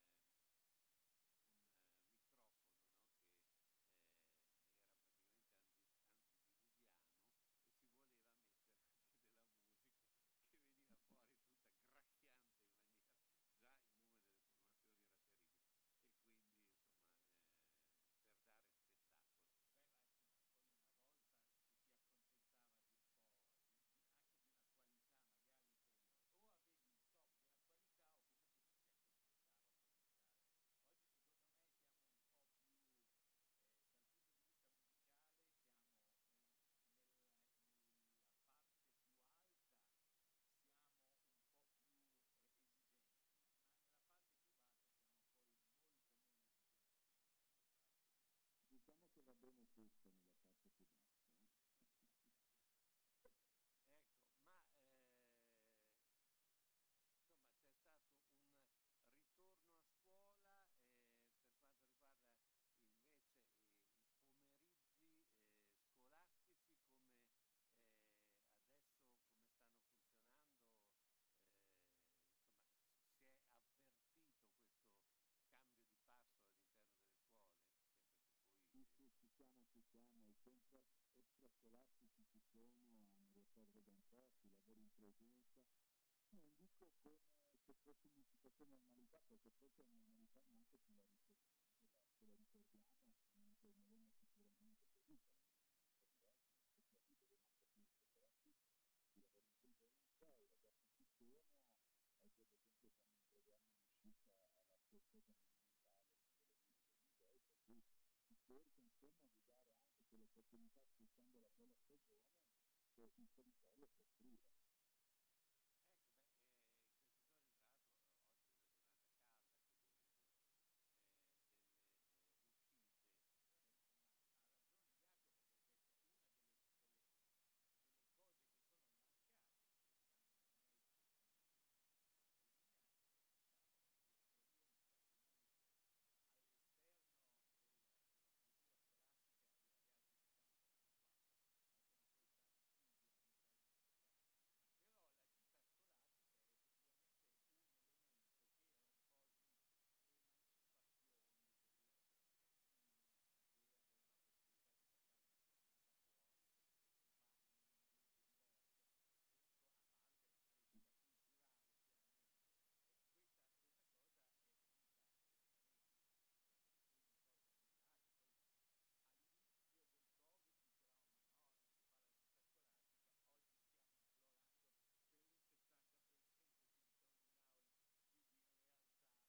microfono, no? Che era praticamente antidiluviano, e si voleva mettere anche della musica che veniva fuori tutta gracchiante in maniera, già il nome delle formazioni era terribile, e quindi insomma per dare spettacolo. Ma poi una volta ci si accontentava di un po' anche di una qualità magari inferiore, o avevi il top della qualità o comunque ci si accontentava poi di stare. Oggi secondo me siamo un po' più dal punto di vista musicale siamo nella parte più alta siamo un po' più esigenti, ma nella parte più bassa siamo poi molto meno esigenti nella maggior parte di noi. Diciamo che va bene tutto nella parte più bassa. Ecco, ma insomma c'è stato un ritorno a scuola per quanto riguarda invece i pomeriggi scolastici, come adesso come stanno funzionando, insomma si è avvertito questo cambio di passo all'interno delle scuole, sempre che poi Sì, ci siamo, i centri extrascolastici ci sono, hanno riaperto da un po', si lavora in presenza. Non dico come se fossimo in situazione di normalità, perché forse la normalità neanche ce la ricordiamo e non torneremo sicuramente così, sarà una normalità diversa, ma forse la vivremo anche tutte, però sì, si lavora in presenza, i ragazzi ci sono. Oggi ad esempio abbiamo in programma un'uscita alla Certosa Monumentale con delle guide dei musei, per cui si cerca insomma di dare anche quelle opportunità sfruttando la bella stagione che il territorio può offrire. Ecco, in questi giorni tra l'altro oggi è una giornata calda qui dentro, delle uscite. Ma ha ragione Jacopo, perché una delle cose che sono mancate in quest'anno e mezzo di pandemia sono, diciamo, che l'esperienza comunque all'esterno della struttura scolastica i ragazzi diciamo che l'hanno fatta, ma sono poi stati chiusi all'interno delle case. Però la gita scolastica è effettivamente un elemento che era un po' di emancipazione del ragazzino, che aveva la possibilità di passare una giornata fuori con i suoi compagni in un ambiente diverso, e a parte la crescita culturale chiaramente, e questa cosa è venuta meno, sono state le prime cose annullate. Poi all'inizio del Covid dicevamo ma no, non si fa la gita scolastica, oggi stiamo implorando per un 70% di ritorno in aula, quindi in realtà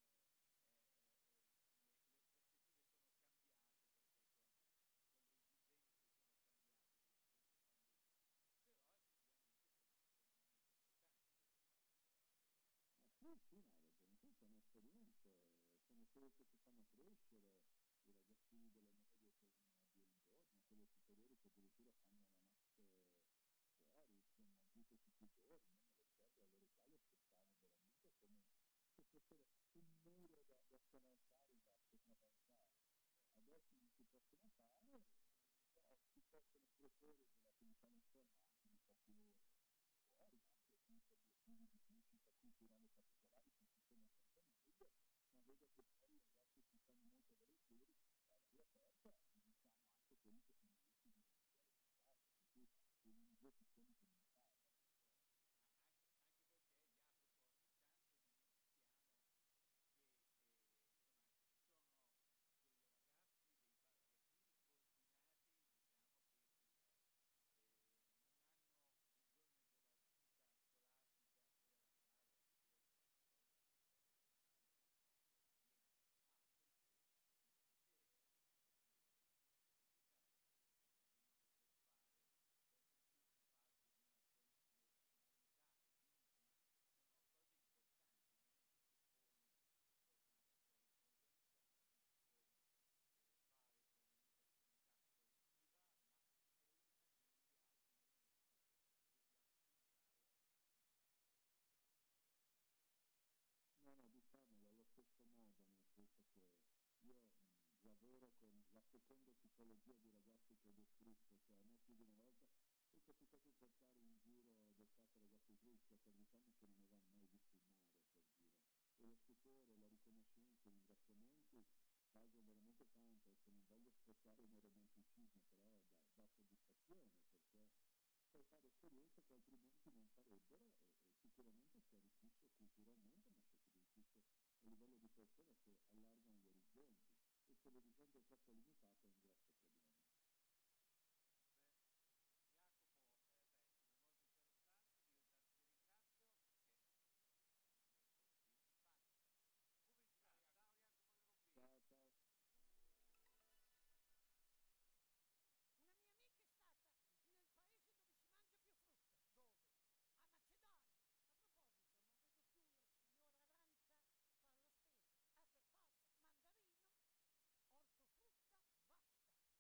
le prospettive sono cambiate, perché con le esigenze sono cambiate, le esigenze pandemiche, però effettivamente sono momenti importanti, vero Jacopo? Avere la possibilità Sì, no, hai ragione tu, sono esperienze che fanno crescere i ragazzini delle medie che vanno via un giorno, quelli superiori che addirittura fanno la notte fuori, insomma, gite su più giorni. Io me lo ricordo, alle loro età le aspettavo veramente come se fossero un muro da scavalcare, da sopravvalcare. Adesso non si possono fare, però si possono proporre delle attività notturne anche di poche ore fuori, anche qui con obiettivi di crescita culturale particolari che ci sono sempre meglio, ma vedo che poi i ragazzi ci stanno molto volentieri all'aria aperta e diciamo anche quelli che sono usciti nell'eventuale contatto, per cui in due piccioni che non parlano. Ma anche perché, Jacopo, ogni tanto dimentichiamo che insomma ci sono dei ragazzi, dei ragazzini fortunati, diciamo, che non hanno bisogno della gita scolastica per andare a vedere qualche cosa all'esterno magari del proprio ambiente, altri che invece è un grande momento di crescita, è comunque un momento per sentirsi parte di una comunità, e quindi insomma sono cose importanti. Non dico come tornare a scuola in presenza, non dico come fare probabilmente attività sportiva, ma è uno degli altri elementi che dobbiamo puntare a riconquistare da qua al prossimo mese. No, diciamolo allo stesso modo, nel senso che io lavoro con la seconda tipologia di ragazzi che ho descritto, cioè a me più di una volta è capitato di portare in giro d'estate ragazzi di 14 anni che non avevano mai visto il mare, per dire, e lo stupore, la riconoscenza, i ringraziamenti valgono veramente tanto. Adesso non voglio spostare nel romanticismo, però dà soddisfazione, perché sai fare esperienze che altrimenti non farebbero e sicuramente si arricchisce culturalmente, ma si arricchisce a livello di persone che allargano gli orizzonti, e se l'orizzonte è troppo limitato è un grosso problema. Beh, Jacopo, insomma è molto interessante, io intanto ti ringrazio perché insomma, è il momento di Spanish. Pubblicità, ciao Jacopo De Rubini. Ciao. Una mia amica è stata nel paese dove si mangia più frutta. Dove? A Macedonia. A proposito, non vedo più la signora Arancia fare la spesa. Per forza, mandarino, ortofrutta vasta.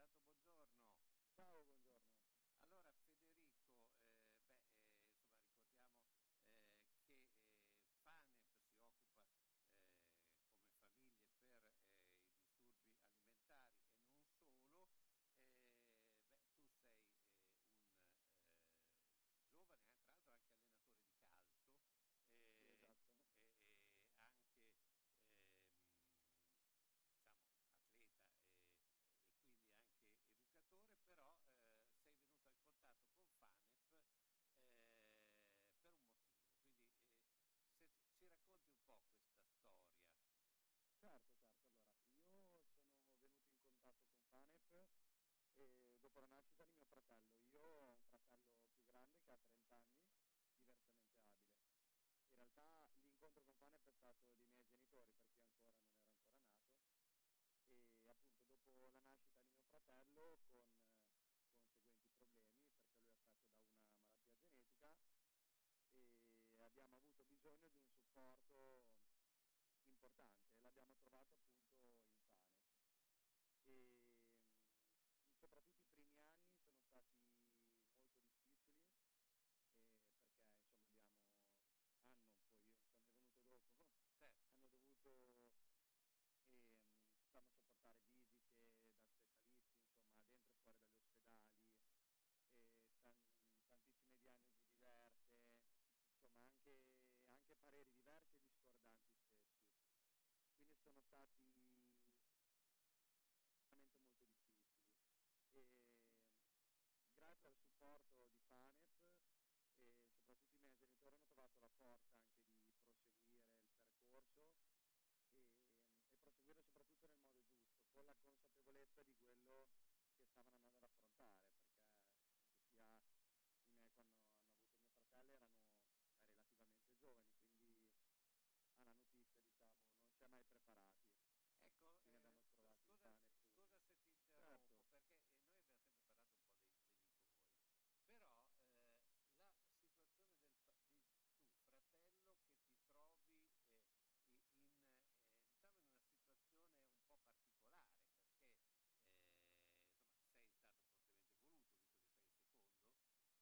intanto buongiorno. Ciao, buongiorno. Allora Federico, insomma ricordiamo che FANEP si occupa come famiglie per i disturbi alimentari e non solo. Tu sei un giovane, tra l'altro anche allenatore di calcio, Esatto. e anche diciamo atleta e quindi anche educatore, però sei venuto in contatto con FANEP per un motivo, quindi se ci racconti un po' questa storia. Certo, allora io sono venuto in contatto con FANEP dopo la nascita di mio fratello. Io ho un fratello più grande che ha 30 anni, diversamente abile. In realtà l'incontro con FANEP è stato dei miei genitori, perché io ancora non ero ancora nato, e appunto dopo la nascita di mio fratello con conseguenti problemi, perché lui è affetto da una malattia genetica, e abbiamo avuto bisogno di un supporto importante e l'abbiamo trovato appunto in FANEP. E soprattutto i primi anni sono stati molto difficili, perché insomma poi io sono venuto dopo, hanno dovuto fanno sopportare visite da specialisti, insomma, dentro e fuori dagli ospedali, tantissime diagnosi diverse, insomma, anche pareri diversi e discordanti stessi. Quindi sono stati veramente molto difficili. E grazie al supporto di FANEP e soprattutto i miei genitori hanno trovato la forza anche di proseguire il percorso e proseguire soprattutto nel modo giusto, con la consapevolezza di quello che stavano andando ad affrontare, perché comunque sia i miei, quando hanno avuto mio fratello, erano relativamente giovani, quindi alla notizia diciamo non si è mai preparati. Ecco, scusa se ti interrompo, certo. Perché noi abbiamo sempre parlato un po' dei genitori, però la situazione di tu, fratello, che ti trovi diciamo in una situazione un po' particolare, perché insomma sei stato fortemente voluto, visto che sei il secondo,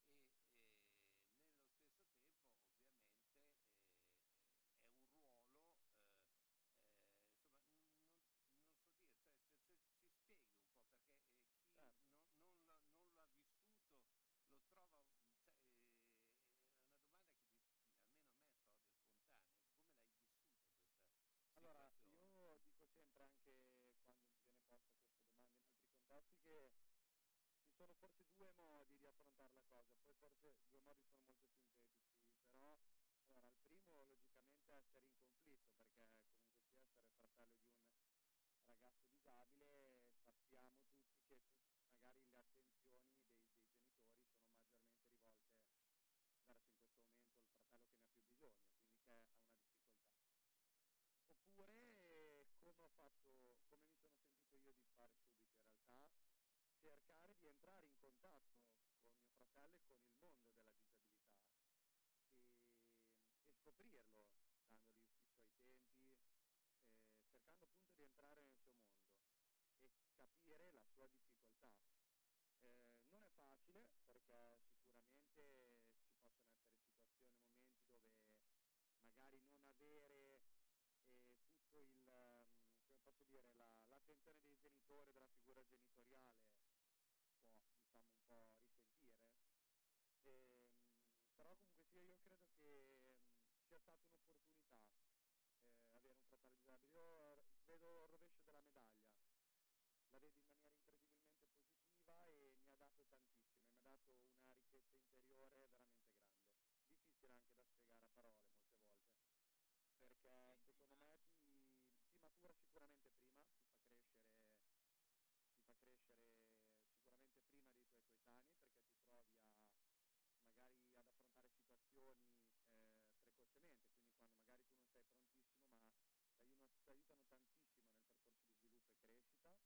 e nello stesso tempo ovviamente è un ruolo insomma non so dire, cioè se ci spieghi un po', perché chi non l'ha vissuto lo trova, cioè, è una domanda che almeno a me sorge spontanea. Ecco, come l'hai vissuta questa situazione? Allora, io dico sempre, anche quando mi viene posta questa domanda in altri contesti, che ci sono forse due modi di affrontare la cosa, poi forse due modi sono molto sintetici, però allora, il primo logicamente è essere in conflitto, perché comunque sia essere fratello di un ragazzo disabile, sappiamo tutti che magari le attenzioni dei genitori sono maggiormente rivolte verso in questo momento il fratello che ne ha più bisogno, quindi che ha una difficoltà. Oppure come mi sono sentito io di fare subito in realtà, cercare di entrare in contatto con mio fratello e con il mondo della disabilità e scoprirlo, dandogli i suoi tempi, cercando appunto di entrare nel suo mondo e capire la sua difficoltà. Non è facile, perché sicuramente ci possono essere situazioni, momenti dove magari non avere tutto come posso dire, l'attenzione dei genitori, della figura genitoriale può, diciamo, un po' risentire. Però comunque sia, io credo che sia stata un'opportunità avere un fratello disabile. Io vedo il rovescio della medaglia, la vedo in maniera incredibilmente positiva e mi ha dato tantissimo, mi ha dato una ricchezza interiore veramente grande, difficile anche da spiegare a parole molte volte, perché secondo me ti matura sicuramente prima, ti fa crescere sicuramente prima dei tuoi coetanei, perché ti trovi magari ad affrontare situazioni precocemente, quindi quando magari tu non sei prontissimo, ma ti aiutano tantissimo nel percorso di sviluppo e crescita,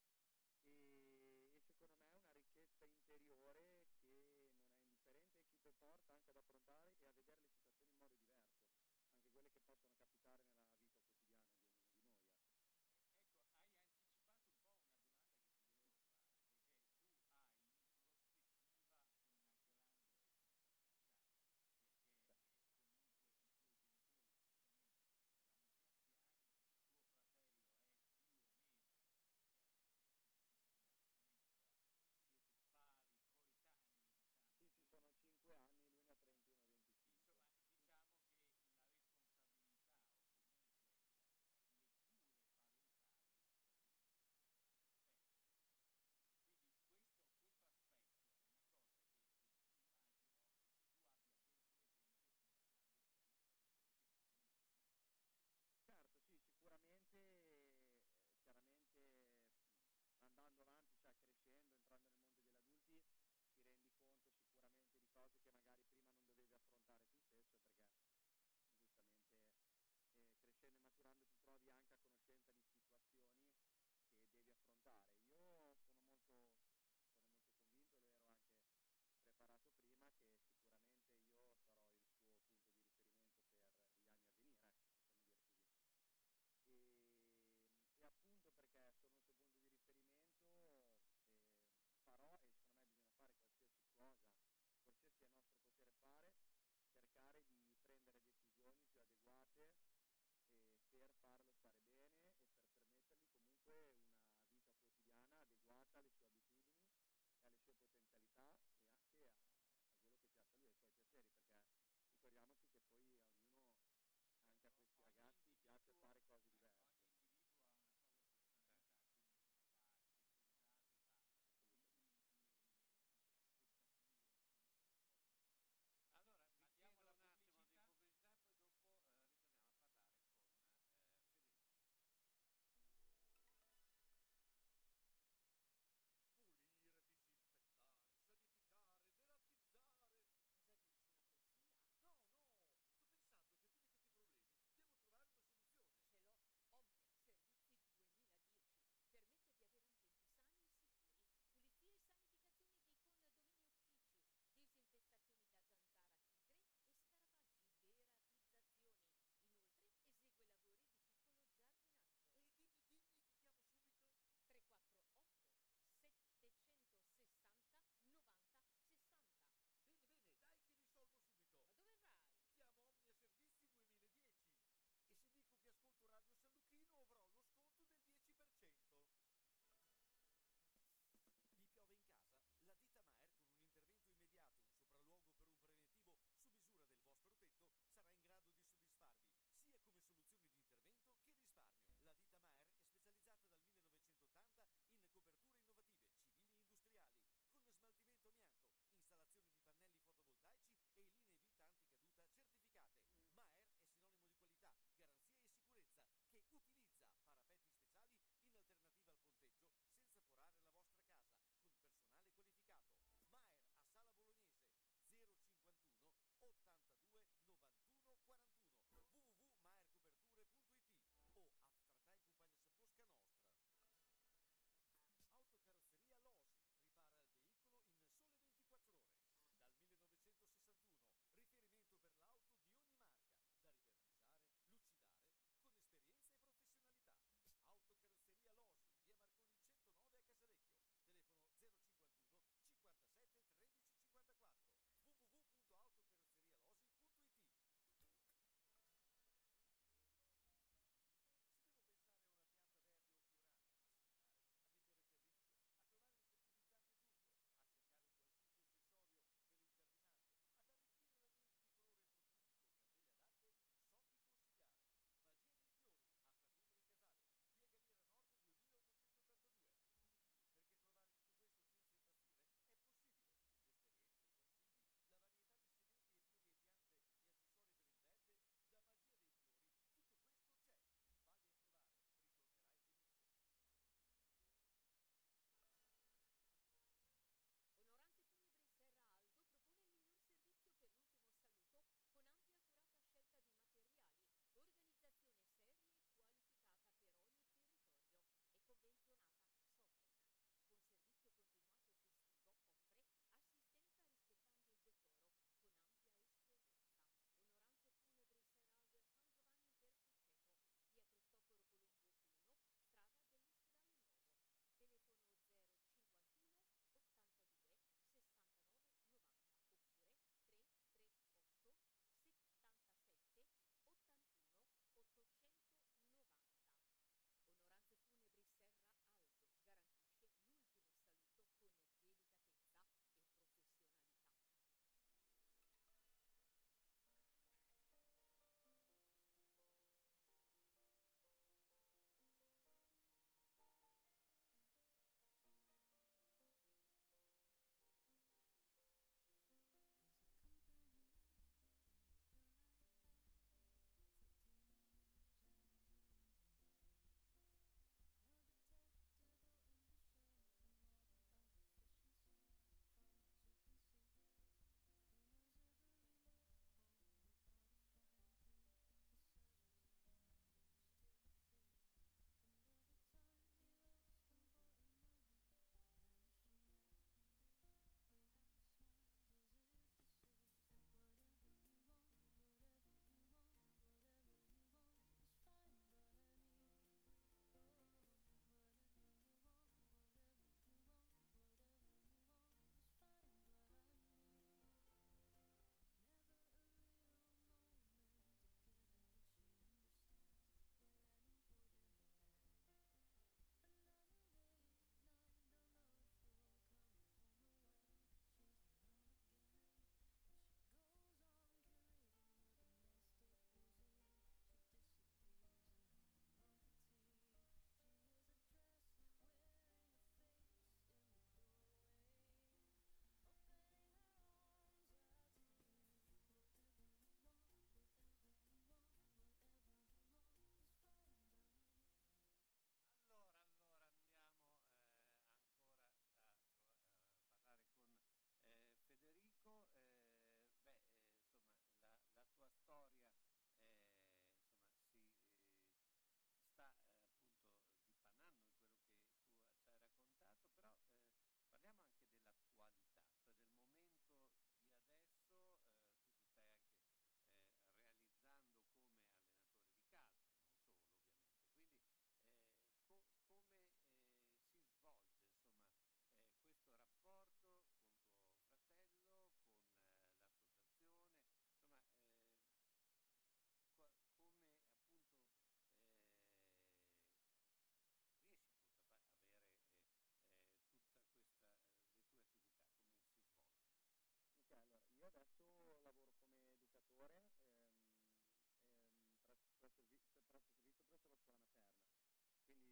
e secondo me è una ricchezza interiore che non è indifferente e che ti porta anche ad affrontare e a vedere le situazioni in modo diverso, anche quelle che possono capitare nella vita quotidiana di ognuno di noi, ecco. Ecco, hai anticipato un po' una domanda che ti volevo fare, entrando nel mondo degli adulti ti rendi conto sicuramente di cose che magari prima non dovevi affrontare tu stesso, perché giustamente crescendo e maturando ti trovi anche a conoscenza di situazioni che devi affrontare. Io sono molto convinto, e lo ero anche preparato prima, che sicuramente io sarò il suo punto di riferimento per gli anni a venire, ecco, possiamo dire così. E appunto perché sono il suo punto di riferimento, farò, e secondo me bisogna fare qualsiasi cosa, qualsiasi è nostro potere fare, cercare di prendere decisioni più adeguate per farlo stare bene e per permettergli comunque una vita quotidiana adeguata alle sue abitudini e alle sue potenzialità e anche a quello che piace a lui, ai suoi piaceri, perché ricordiamoci che poi a ognuno, anche a questi ragazzi, piace fare cose diverse. Ogni individuo ha una propria personalità, quindi insomma va assecondata e va le aspettative insomma un po' di tutti. Allora vi Mandiamo chiedo la un attimo di pubblicità. pubblicità, poi dopo ritorniamo a parlare con Federico. Pulire, disinfettare, sanificare, derattizzare. Cosa dici, una poesia? No, sto pensando che a tutti questi problemi devo trovare una soluzione. Ce l'ho, ho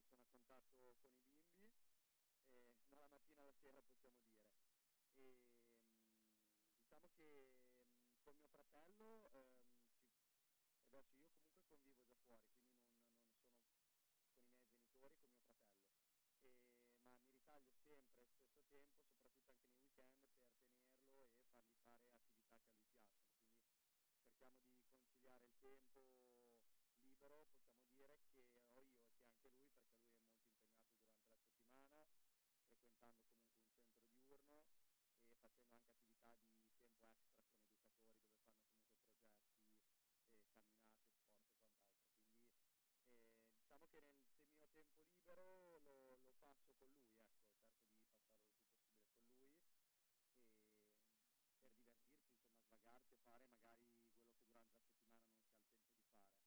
sono a contatto con i bimbi, dalla mattina alla sera possiamo dire. E, diciamo che con mio fratello, adesso io comunque convivo già fuori, quindi non sono con i miei genitori, con mio fratello. Ma mi ritaglio sempre spesso tempo, soprattutto anche nei weekend, per tenerlo e fargli fare attività che a lui piacciono, quindi cerchiamo di conciliare il tempo libero, possiamo dire, che ho io e che anche lui, perché lui è molto impegnato durante la settimana, frequentando comunque un centro diurno e facendo anche attività di tempo extra con educatori dove fanno comunque progetti, camminate, sport e quant'altro, quindi diciamo che nel mio tempo libero lo passo con lui, ecco, cerco di passarlo il più possibile con lui e, per divertirci, insomma, svagarci e fare magari quello che durante la settimana non si ha il tempo di fare.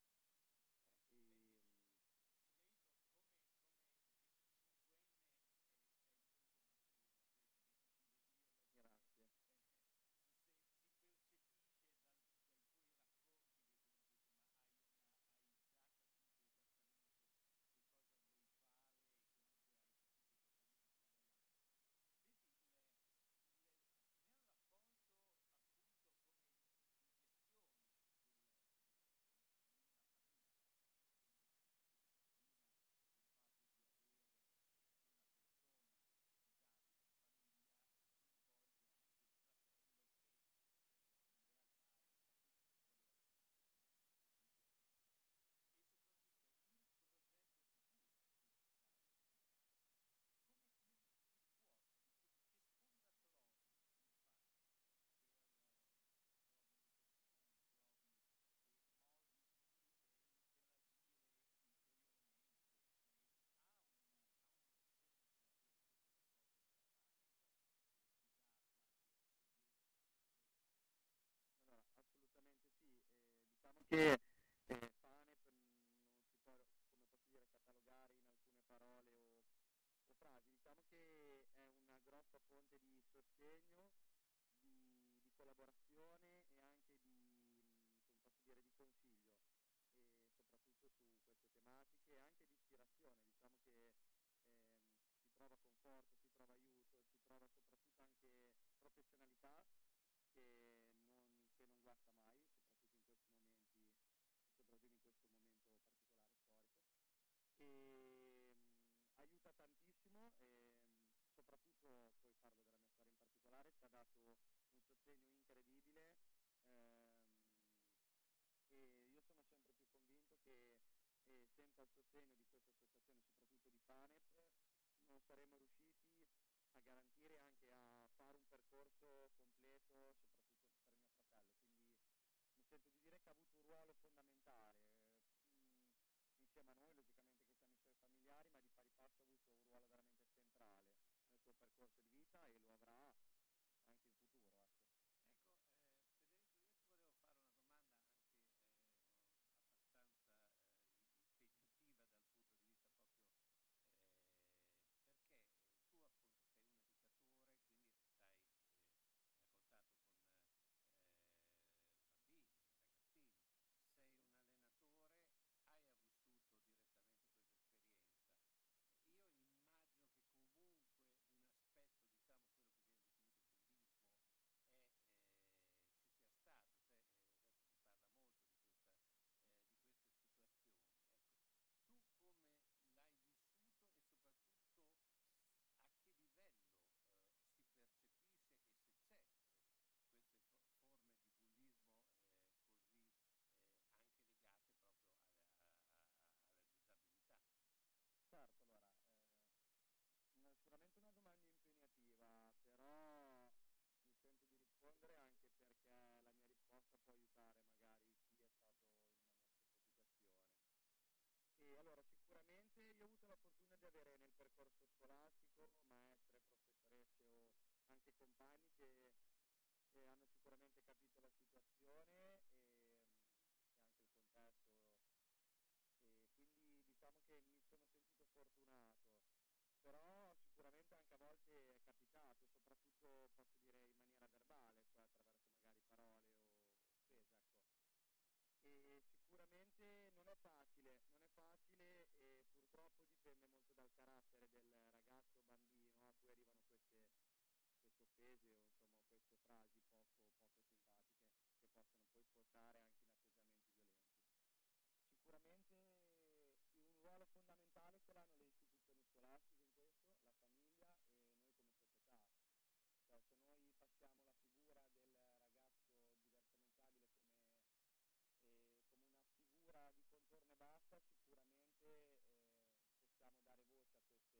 Federico, come 25enne sei molto maturo, questo è inutile dirlo, Grazie. Si percepisce dai tuoi racconti che comunque insomma hai già capito esattamente che cosa vuoi fare e comunque hai capito esattamente qual è la rotta. Senti, nel rapporto appunto come di gestione di una famiglia, perché comunque come ti si dice prima, il fatto di avere una persona disabile in famiglia coinvolge anche il fratello che in realtà è un po' più piccolo e avrebbe bisogno di un po' più di attenzione. E soprattutto il progetto futuro che tu ci stai indicando, come che sponda trovi in FANEP trovi indicazioni, trovi modi di interagire ulteriormente, cioè ha un senso avere questo rapporto con la FANEP e ti dà qualche sollievo, tra virgolette, questa Allora, cosa? assolutamente sì, diciamo che FANEP non si può, come posso dire, catalogare in alcune parole o frasi, diciamo che è una grossa fonte di sostegno, di collaborazione e anche di, come posso dire, di consiglio, e soprattutto su queste tematiche e anche di ispirazione, diciamo che si trova conforto, si trova aiuto, si trova soprattutto anche professionalità che non guasta mai, soprattutto in questi momenti e soprattutto in questo momento particolare storico. Aiuta tantissimo e soprattutto, poi parlo della mia storia in particolare, ci ha dato un sostegno incredibile, e io sono sempre più convinto che senza il sostegno di questa associazione, soprattutto di FANEP, non saremmo riusciti a garantire anche a fare un percorso completo, soprattutto per mio fratello, quindi mi sento di dire che ha avuto un ruolo fondamentale, insieme a noi, logicamente che siamo i suoi familiari, ma di pari passo ha avuto un ruolo veramente centrale nel suo percorso di vita e lo avrà anche in futuro. Ecco, Federico, io ti volevo fare una domanda anche abbastanza impegnativa dal punto di vista proprio perché tu appunto sei un educatore, quindi stai a contatto con bambini, ragazzini, sei un allenatore, hai vissuto direttamente questa esperienza. Io immagino che comunque un aspetto, diciamo quello che viene definito bullismo, ci sia stato, cioè, adesso si parla molto di queste situazioni. Ecco, tu come l'hai vissuto e soprattutto a che livello si percepisce e se c'è queste forme di bullismo così anche legate proprio alla disabilità? Certo, allora, sicuramente una domanda impegnativa, però mi sento di rispondere anche perché la mia risposta può aiutare magari chi è stato in una mia stessa situazione. E allora, sicuramente io ho avuto la fortuna di avere nel percorso scolastico maestre, professoresse o anche compagni che hanno sicuramente capito la situazione e anche il contesto, e quindi diciamo che mi sono sentito fortunato, però sicuramente anche a volte è capitato, soprattutto posso dire in maniera verbale, cioè attraverso magari parole o offese, ecco. E sicuramente non è non è facile e purtroppo dipende molto dal carattere del ragazzo o bambino a cui arrivano queste offese o insomma queste frasi poco simpatiche che possono poi sfociare anche in atteggiamenti violenti. Sicuramente un ruolo fondamentale ce l'hanno le istituzioni scolastiche in questo, la famiglia e noi come società. Cioè, se noi passiamo la figura del ragazzo diversamente abile come una figura di contorno e basta, sicuramente possiamo dare voce a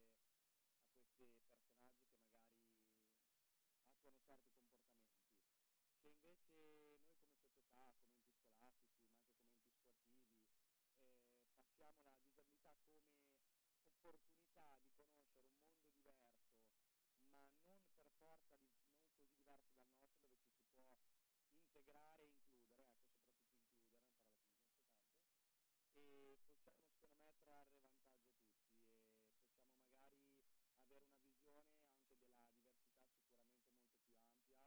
questi personaggi che magari attuano certi comportamenti. Se invece noi come società, come enti scolastici, ma anche come enti sportivi, passiamo la disabilità come opportunità di conoscere un mondo diverso, ma non per forza non così diverso dal nostro, dove ci si può integrare e includere, ecco, soprattutto includere, una parola che mi piace tanto, e possiamo secondo me trarre vantaggio a tutti e possiamo magari avere una visione anche della diversità sicuramente molto più ampia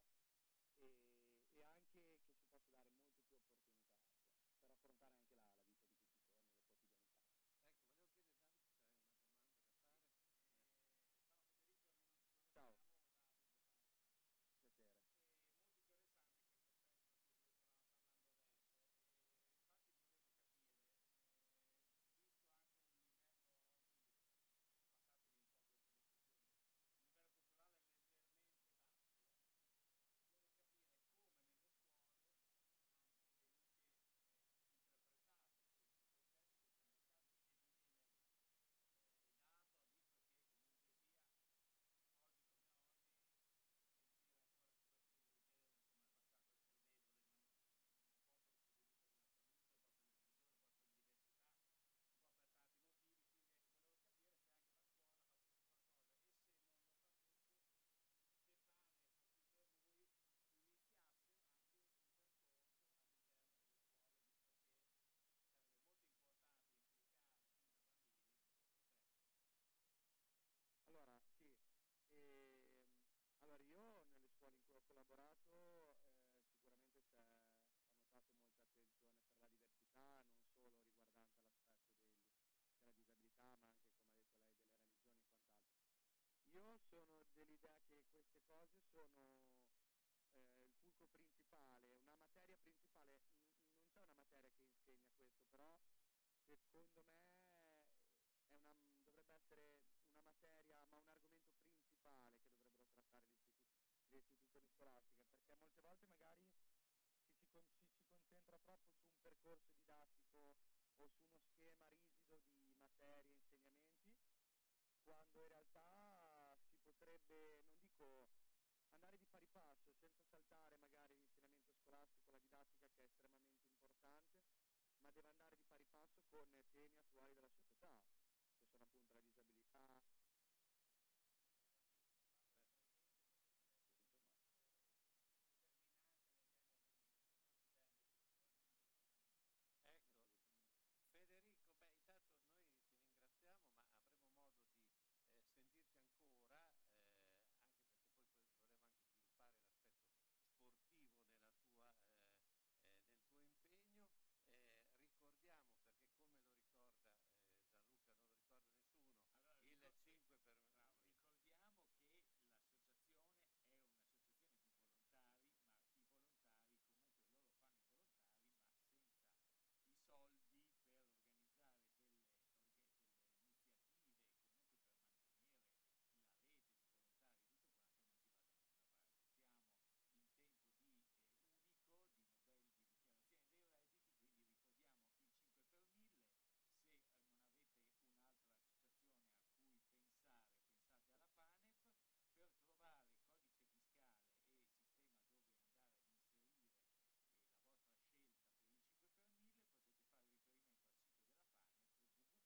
e anche che si possa dare molte più opportunità, ecco, per affrontare anche la vita di tutti i giorni, le quotidianità. Ecco, volevo chiedere Davide se hai una domanda da fare. Ciao Federico, noi non ci conosciamo, Ciao. Davide Padova. Piacere. È molto interessante questo aspetto che stavamo parlando adesso e infatti volevo capire, visto anche un livello oggi, passatemi un po' questa locuzione, un livello culturale leggermente basso, volevo capire come nelle scuole anche venisse interpretato questo concetto, questo messaggio, se viene dato, visto che comunque sia oggi come oggi sentire ancora situazioni del genere insomma è abbastanza sgradevole, ma un po' per il punto di vista della salute, un po' per le religioni, un po' per le diversità, un po' per tanti motivi, quindi ecco, volevo capire se anche la scuola facesse qualcosa e se non lo facesse, se Panep o chi per lui iniziasse anche un percorso all'interno delle scuole, visto che sarebbe molto importante inculcare fin da bambini questo concetto. Allora, sì, allora io nelle scuole in cui ho collaborato sicuramente ho notato molta attenzione per la diversità, non solo riguardante l'aspetto della disabilità, ma anche, come ha detto lei, delle religioni e quant'altro. Io sono dell'idea che queste cose sono il fulcro principale, una materia principale, non c'è una materia che insegna questo, però secondo me dovrebbe essere una materia, ma un argomento principale che dovrebbero trattare le istituzioni scolastiche, perché molte volte magari ci concentra troppo su un percorso didattico o su uno schema rigido di materie e insegnamenti, quando in realtà si potrebbe, non dico andare di pari passo, senza saltare magari l'insegnamento scolastico, la didattica che è estremamente importante, ma deve andare di pari passo con temi attuali della società, che sono appunto la disabilità. Importantissimo, fatelo presente perché deve essere un fattore determinante negli anni a venire, se no si perde tutto, mi raccomando. Ecco, Federico, intanto noi ti ringraziamo, ma avremo modo di sentirci ancora, anche perché poi vorremmo anche sviluppare l'aspetto sportivo nel tuo impegno. Ricordiamo, perché come lo ricorda Gianluca, non lo ricorda nessuno, allora, il 5 per ricordiamo che l'associazione è un'associazione di volontari, ma i volontari comunque loro fanno i volontari, ma senza i soldi per organizzare delle iniziative e comunque per mantenere la rete di volontari, tutto quanto, non si va da nessuna parte. Siamo in tempo di unico, di modelli di dichiarazione dei redditi, quindi ricordiamo il 5 per 1000. Se non avete un'altra associazione a cui pensare, pensate alla Panep. Per trovare codice fiscale e sistema dove andare ad inserire la vostra scelta per il 5 per 1000 potete fare riferimento al sito della Fanep,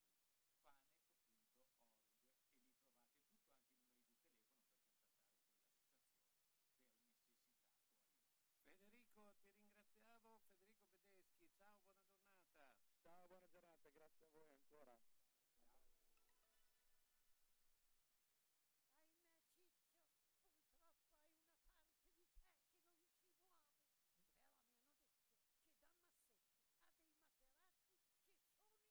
www.fanep.org, e lì trovate tutto, anche i numeri di telefono per contattare poi l'associazione per necessità o aiuto. Federico, ti ringraziamo. Federico Bedeschi, ciao, buona giornata. Ciao, buona giornata, grazie a voi ancora. Ciao. Ahimè Ciccio, purtroppo hai una parte di te che non si muove. Però mi hanno detto che Dammassetti ha dei materassi che sono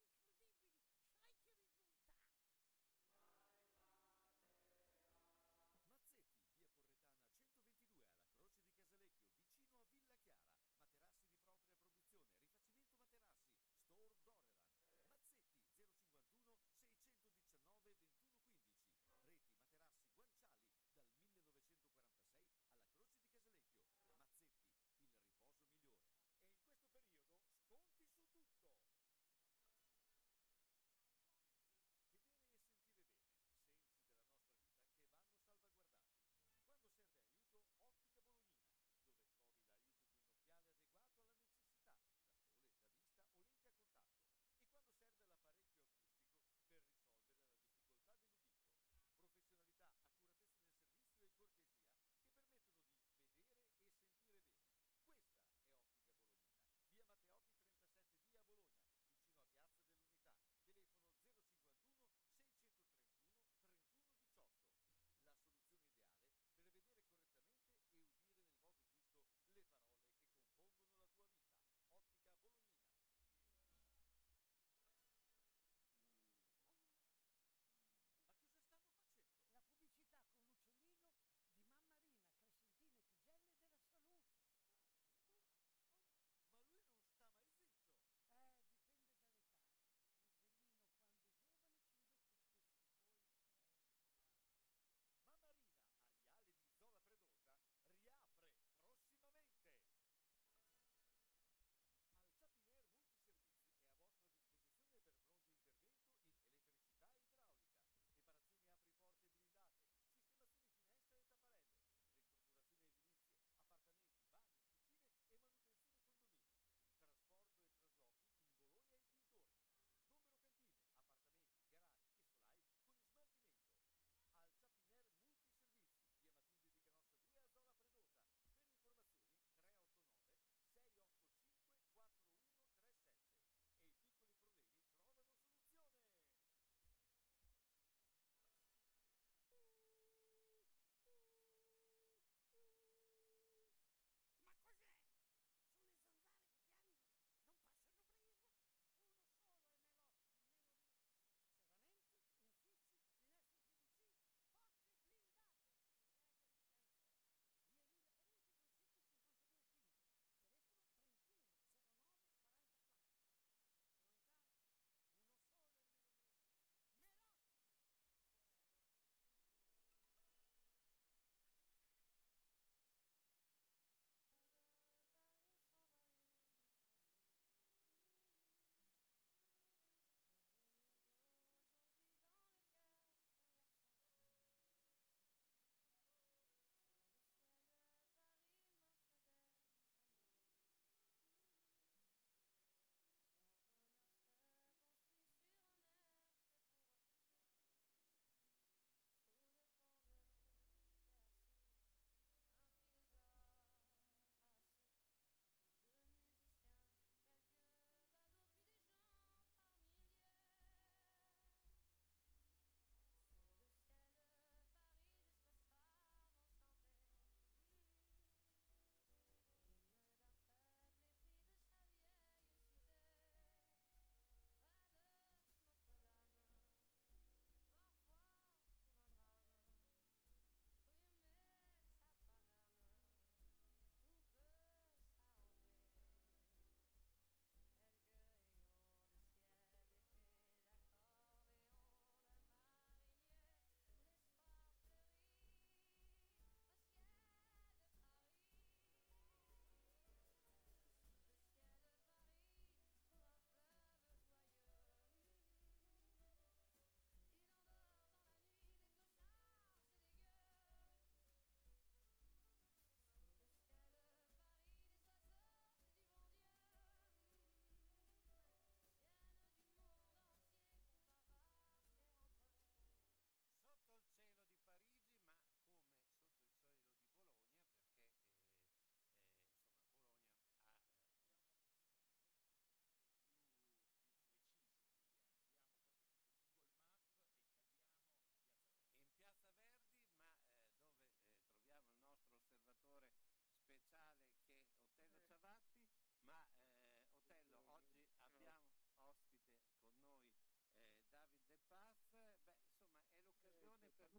Pass, beh, insomma, è l'occasione per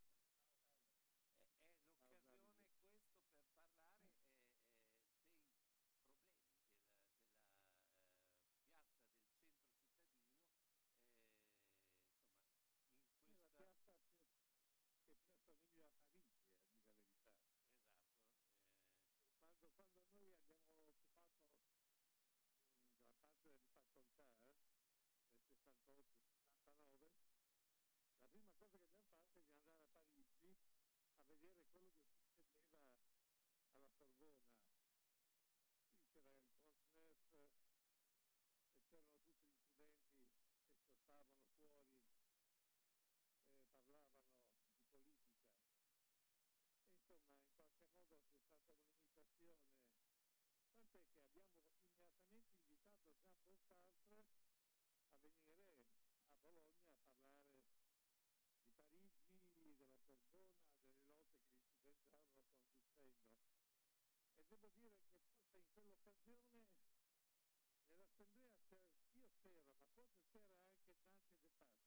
è l'occasione questo per parlare dei problemi della piazza del centro cittadino, insomma, in È la questa piazza che più assomiglia a Parigi, a dire la verità. esatto. Quando noi abbiamo occupato gran parte delle facoltà nel 68-69, la prima cosa che abbiamo fatto è di andare a Parigi a vedere quello che succedeva alla Sorbona. Qui c'era il Pont Neuf e c'erano tutti gli studenti che stavano fuori, parlavano di politica. E insomma, in qualche modo c'è stata un'imitazione, tant'è che abbiamo immediatamente invitato Jean-Paul Sartre a venire a Bologna a parlare di Parigi, della Sorbona, delle lotte che gli studenti stavano conducendo. E devo dire che forse in quell'occasione nell'assemblea io c'ero, ma forse c'era anche Dante De Paz.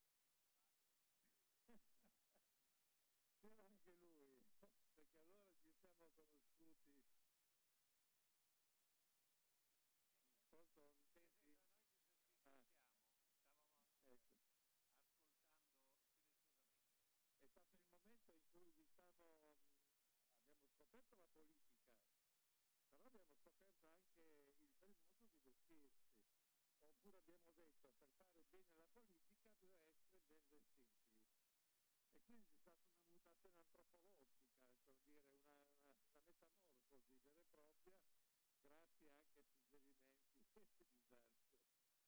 C'era anche lui, perché allora ci siamo conosciuti. Pronto, mi senti? Noi ci sentiamo, stavamo ecco. ascoltando silenziosamente. È stato il momento in cui abbiamo scoperto la politica, però abbiamo scoperto anche il bel modo di vestirsi. Oppure abbiamo detto, per fare bene la politica bisogna essere ben vestiti. E quindi c'è stata una mutazione antropologica, come dire, una metamorfosi vera e propria, grazie anche ai suggerimenti di Darce.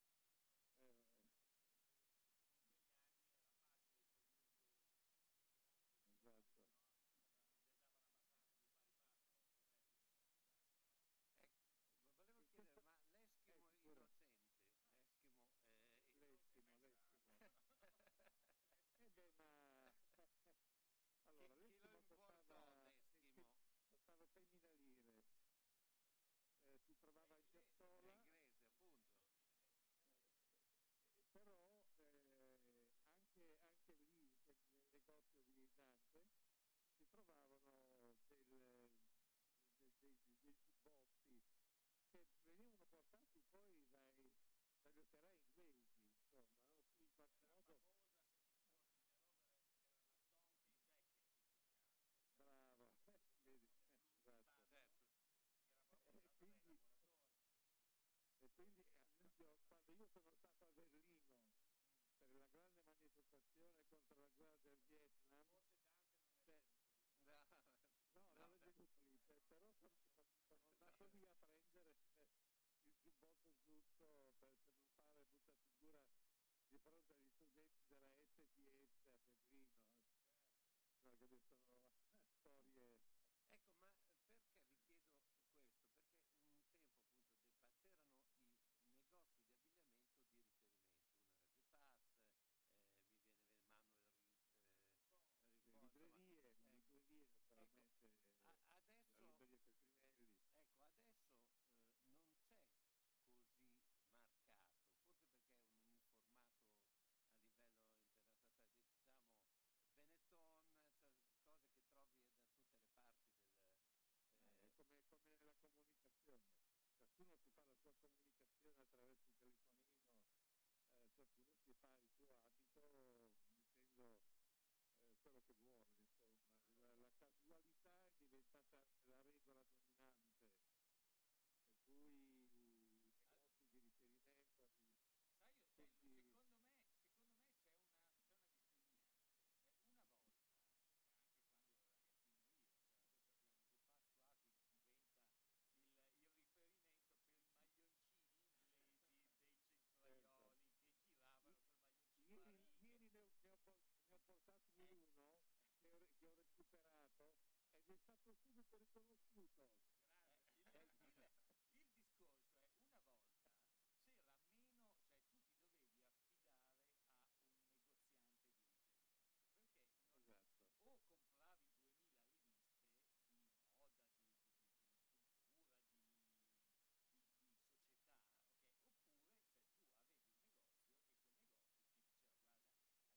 In quegli anni era facile il connubio culturale vestimentario, esatto. No? Viaggiavano abbastanza di pari passo, correggimi se sbaglio, no? Ecco, volevo chiedere, ma l'Eschimo innocente, l'Eschimo ma allora chi lo importò l'Eschimo? Costava 6.000 lire, si trovava in piazzola, è inglese appunto, però anche lì nel negozio di Dante si trovavano dei giubbotti che venivano portati poi dagli operai inglesi, insomma, no? Quindi in qualche modo famosa, se mi posso interrompere, c'era la Donkey Jacket in quel caso, non so se bravo, vedi, blu esatto. panno, certo. che era proprio usato dai lavoratori. E quindi, ad esempio, quando io sono stato a Berlino per la grande manifestazione contro la guerra del Vietnam, forse Dante non è venuto lì, no, non è venuto lì, però sono andato lì a prendere il giubbotto giusto per non fare brutta figura di fronte agli studenti della SDS a Berlino, no, che sono storie. Ecco, ma perché vi chiedo questo? Perché un tempo appunto c'erano i negozi di abbigliamento di riferimento, uno era De Pass, mi viene Manuel Ripon, librerie naturalmente, adesso, la libreria Feltrinelli. Ecco, adesso non c'è così marcato, forse perché è un uniformato a livello internazionale, cioè diciamo Benetton, cioè cose che trovi da tutte le parti del... Come nella comunicazione, ciascuno si fa la sua comunicazione attraverso il telefonino, ciascuno si fa il suo abito mettendo quello che vuole, insomma. La casualità è diventata la regola dominante, per cui i negozi di riferimento sai Otello, secondo me c'è una discriminante, cioè una volta, anche quando ero ragazzino io, cioè adesso abbiamo De Pass qua, quindi diventa il riferimento per i maglioncini inglesi dei centraioli che giravano col maglioncino a righe. Ieri ne ho portato uno che ho recuperato ed è stato subito riconosciuto. Il discorso è, una volta c'era meno, cioè tu ti dovevi affidare a un negoziante di riferimento, perché o compravi 2000 riviste di moda, di cultura, di società, ok? Oppure, cioè, tu avevi un negozio e quel negozio ti diceva, guarda,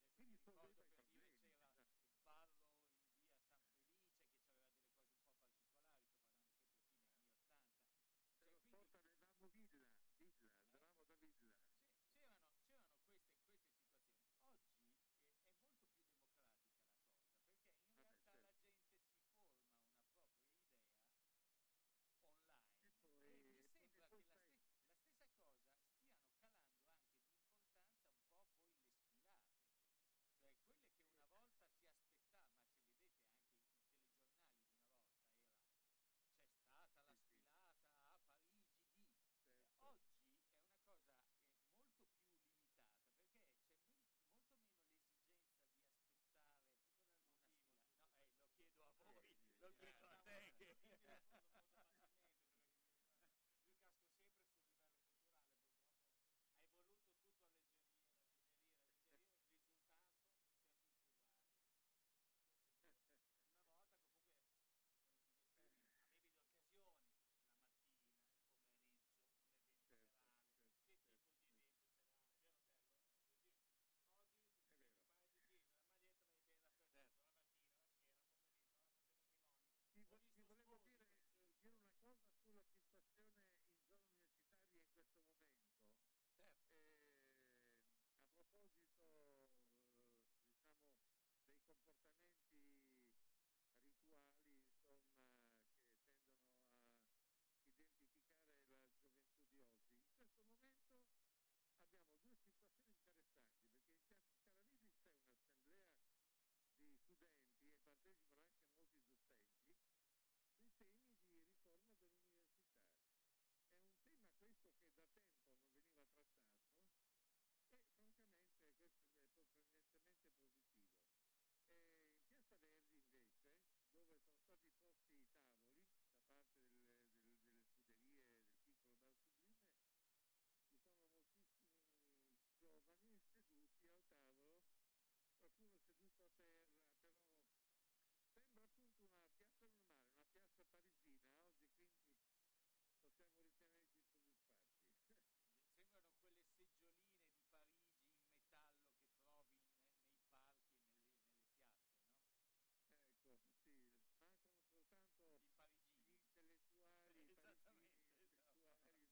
questo momento. Certo. A proposito, diciamo, dei comportamenti rituali, insomma, che tendono a identificare la gioventù di oggi, in questo momento abbiamo due situazioni interessanti, perché in Piazza Scaravigli c'è un'assemblea di studenti e partecipano anche molti docenti sui temi di riforma dell'università. È un tema questo che da tempo non veniva trattato e francamente questo è sorprendentemente positivo. In Piazza Verdi invece, dove sono stati posti i tavoli da parte delle scuderie del piccolo Bar Sublime, ci sono moltissimi giovani seduti al tavolo, qualcuno seduto a terra, però sembra appunto una piazza normale, una piazza parigina oggi, quindi possiamo ritenerci soddisfatti. Sembrano quelle seggioline di Parigi in metallo che trovi nei parchi e nelle piazze, no? Ecco, sì, mancano soltanto i parigini, gli intellettuali, esattamente, intellettuali,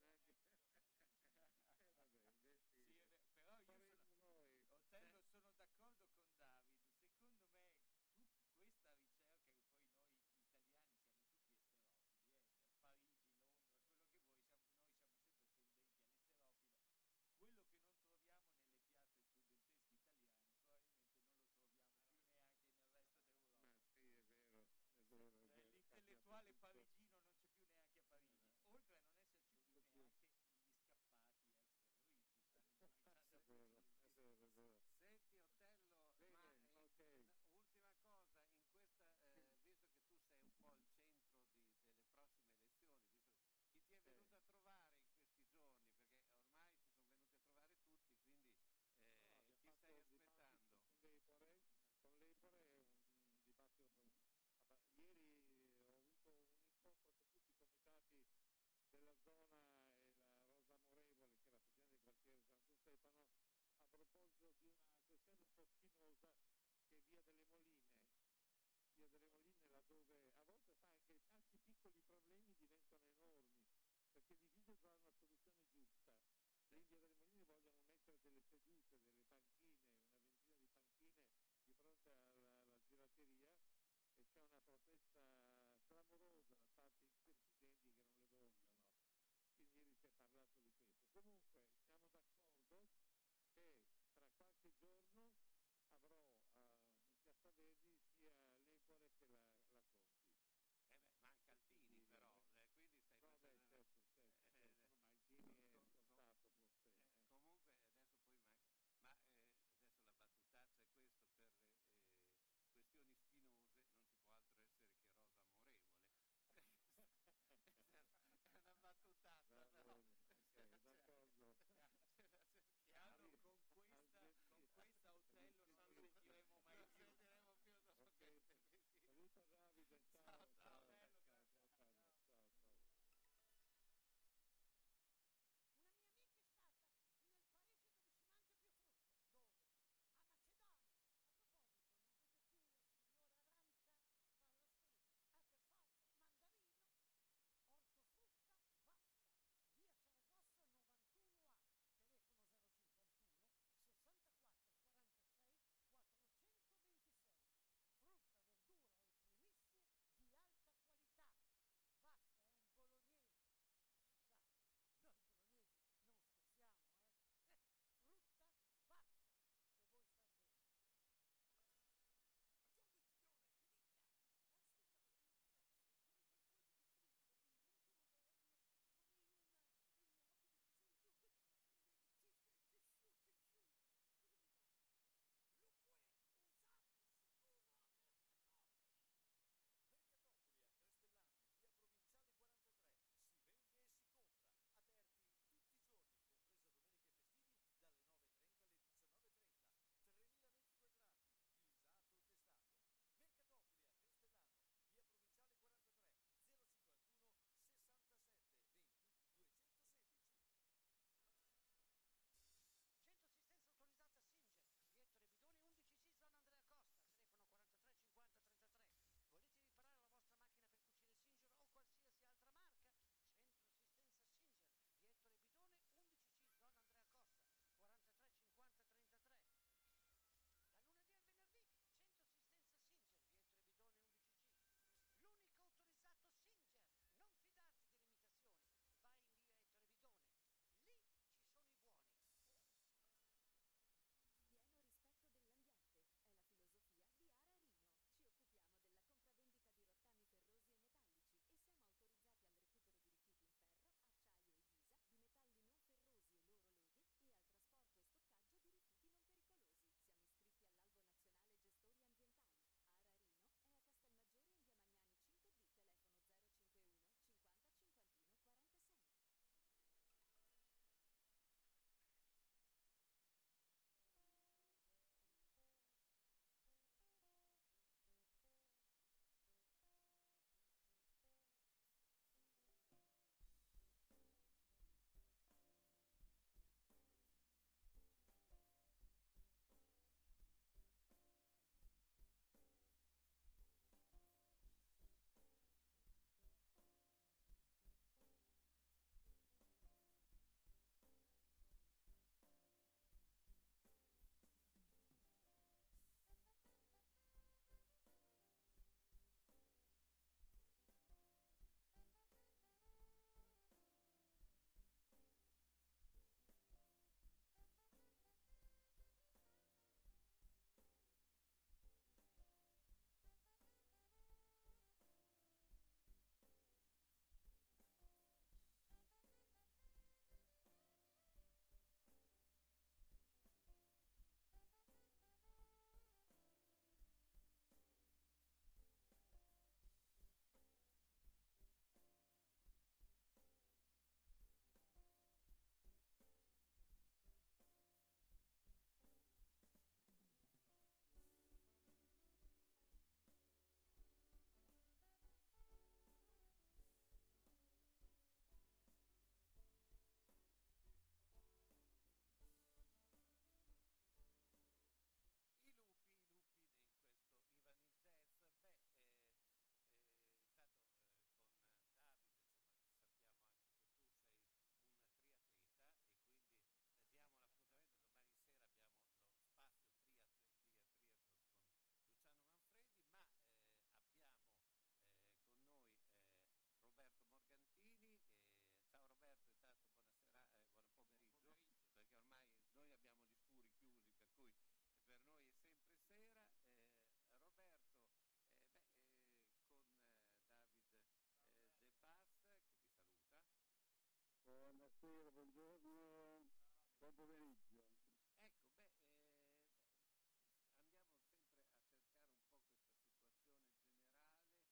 vabbè, sì, però io Otello, sono d'accordo con David. Secondo me tutta questa ricerca, che poi noi italiani siamo tutti esterofili, Parigi, Londra, quello che vuoi, noi siamo sempre tendenti all'esterofilo. Quello che non troviamo nelle piazze studentesche italiane probabilmente non lo troviamo più neanche nel resto d'Europa. Ma sì, è vero. Cioè, l'intellettuale parigino non c'è più neanche a Parigi, oltre a non esserci più neanche gli scappati ex terroristi stanno incominciando a vero. Senti Otello, ultima cosa, in questa, visto che tu sei un po' al centro delle prossime elezioni, visto che chi ti è venuto a trovare in questi giorni, perché ormai ti sono venuti a trovare tutti, quindi chi stai aspettando? Con l'Epore è un dibattito. Ieri ho avuto un incontro con tutti i comitati della zona e la Rosa Amorevole, che è la presidente del quartiere Santo Stefano, a proposito di una questione un po' spinosa che è Via delle Moline, laddove a volte anche piccoli problemi diventano enormi, perché è difficile trovare una soluzione giusta. In Via delle Moline vogliono mettere delle sedute, delle panchine, una ventina di panchine di fronte alla gelateria, e c'è una protesta clamorosa da parte dei residenti che non le vogliono. Quindi ieri si è parlato di questo. Comunque siamo d'accordo che tra qualche giorno avrò in Piazza Verdi sia l'Epore che la Conti. Manca Altini però, quindi stai facendo... certo, ma Altini è scontato forse. Comunque adesso poi manca... Ma adesso la battutaccia è questo, per questioni spinose non ci può altro essere che Rosa Amorevole. È una battutaccia, però d'accordo. Chiaro, con questa Otello non lo sentiremo mai più. Dopo queste. Saluta Davide, ciao. Bello, grazie. Ciao. Una mia amica è stata nel paese dove si mangia più frutta. Dove? A Macedonia. A proposito, non vedo più la signora Arancia fare la spesa. Per forza, mandarino, ortofrutta Vasta, via Saragossa 91A. buonasera, buongiorno, buon pomeriggio. Ecco, andiamo sempre a cercare un po' questa situazione generale,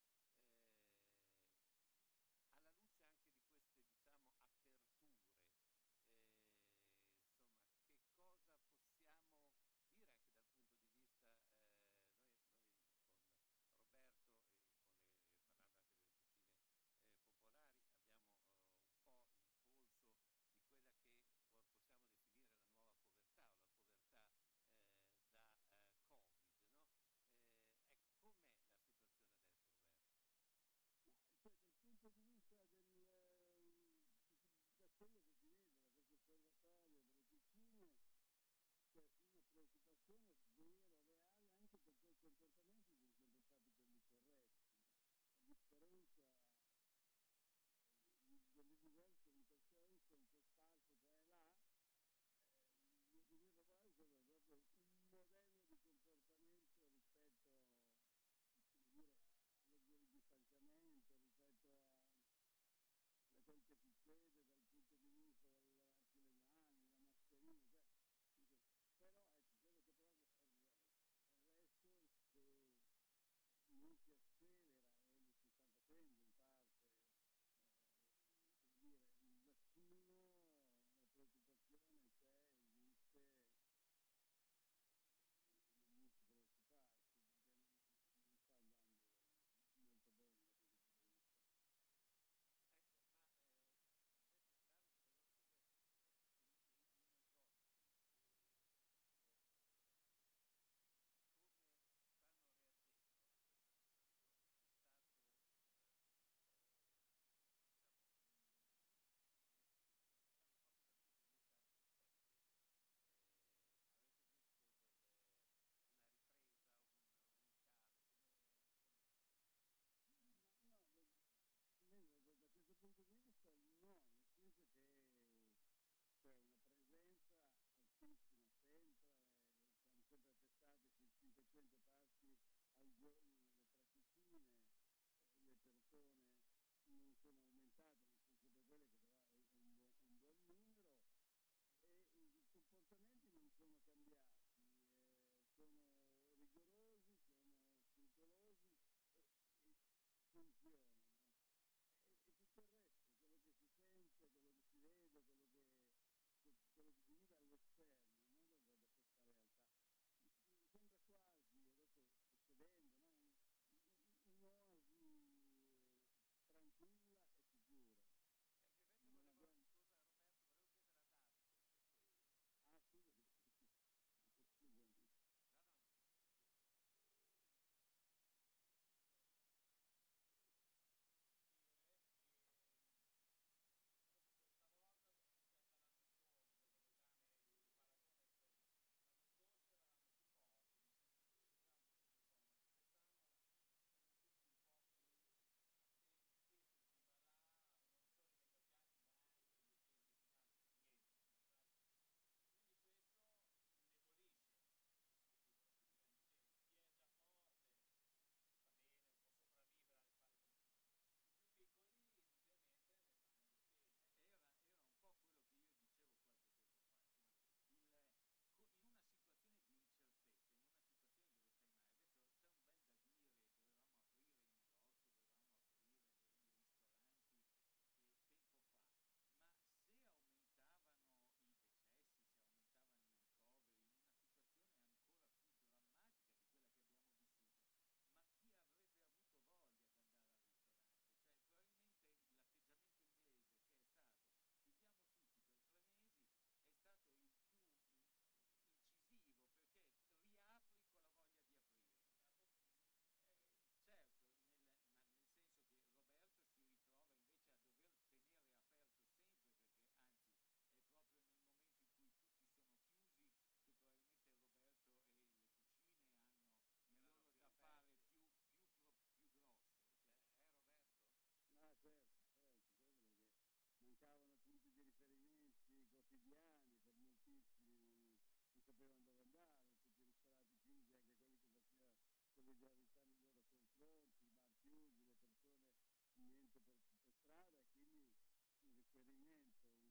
alla luce anche di queste, diciamo, aperture, insomma, che cosa possiamo dire anche dal punto di vista, noi con Roberto e parlando anche delle cucine popolari abbiamo un po' il polso di quella che possiamo definire la nuova povertà o la povertà da Covid, no? Ecco, com'è la situazione adesso, Roberto? Ma cioè, dal punto di vista da quello che si vede da questo osservatorio delle cucine, c'è una preoccupazione vera, reale, anche perché i comportamenti sono sempre stati quelli corretti, a differenza delle diverse incoscienze un po' sparse qua e là. Le cucine popolari sono proprio un modello di comportamento rispetto, come dire, allo distanziamento, rispetto a quel che succede dal punto di vista del lavarsi le mani, la mascherina, cioè, però ecco, quello che però è il resto che non si accelera, e lo si sta facendo in parte, come dire, il vaccino, la preoccupazione c'è, esiste preoccuparsi perché non sta andando molto bene da questo punto di vista. Ecco, ma invece Davide volevo chiedere, i negozi, come stanno reagendo a questa situazione? C'è stato diciamo proprio dal punto di vista anche tecnico, avete visto una ripresa, un calo, com'è la situazione? No, almeno da questo punto di vista no, nel senso che c'è una presenza altissima sempre, siamo sempre attestati sui 500 pasti al giorno nelle 3 cucine, le persone non sono aumentate, ma sono sempre quelle che però è un buon numero, e i comportamenti non sono cambiati, sono rigorosi, sono scrupolosi e funzionano. E tutto il resto, quello che si sente, quello che si vede, quello che si vive all'esterno, no? da questa realtà, sembra quasi, adesso eccedendo, no? Un'oasi tranquilla e sicura. Ecco, invece scusa Roberto, volevo chiedere a Davide questo. Ah, scusami. Scusami. No, figurati. Dire che non lo so, questa volta rispetto all'anno scorso, perché l'esame, il paragone è quello, l'anno scorso eravamo più forti, ci sentivamo tutti più forti, quest'anno siamo tutti un po' più attenti su chi va là, non solo i negozianti ma anche gli utenti finali, i clienti sono entrati, e quindi questo indebolisce le strutture, cioè nel senso, chi è già forte sta bene, può sopravvivere alle spalle come i più piccoli indubbiamente ne fanno le spese. Era un po' quello che io dicevo qualche tempo fa, insomma, in una situazione di incertezza, in una situazione dove stai male, adesso c'è un bel da dire, dovevamo aprire i negozi, dovevamo aprire i ristoranti tempo fa, ma se aumentavano i decessi, se aumentavano i ricoveri in una situazione ancora più drammatica di quella che abbiamo vissuto, ma chi avrebbe avuto voglia di andare al ristorante? Cioè probabilmente l'atteggiamento inglese, che è stato chiudiamo tutti per 3 mesi, è stato il più incisivo, perché riapri con la voglia di aprire. Certo, ma nel senso che Roberto si ritrova invece a dover tenere aperto sempre, perché anzi è proprio nel momento in cui tutti sono chiusi che probabilmente Roberto e le cucine hanno il loro da fare più grosso. Okay? Roberto? No, certo, perché mancavano punti di riferimenti quotidiani per moltissimi, non sapevano dove andare, tutti i ristoranti chiusi, anche quelli che facevano solidarietà nei loro confronti, i bar chiusi, le persone niente per strada, e quindi un riferimento,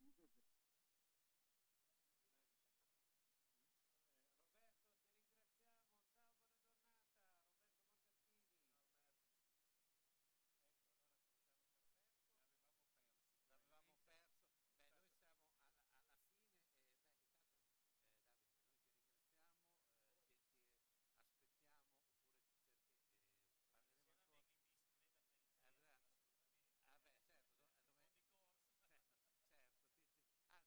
Invece Roberto, ti ringraziamo. Ciao, buona giornata. Roberto Morgantini. Ciao Roberto. Ecco, allora salutiamo anche Roberto. L'avevamo perso. Beh, stato... noi siamo alla fine. Intanto, Davide, noi ti ringraziamo. Ti aspettiamo oppure parleremo sera ancora. vengo in bicicletta per il telefono, Esatto. assolutamente. Certo, un po' di corsa. Certo,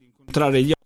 incontrare gli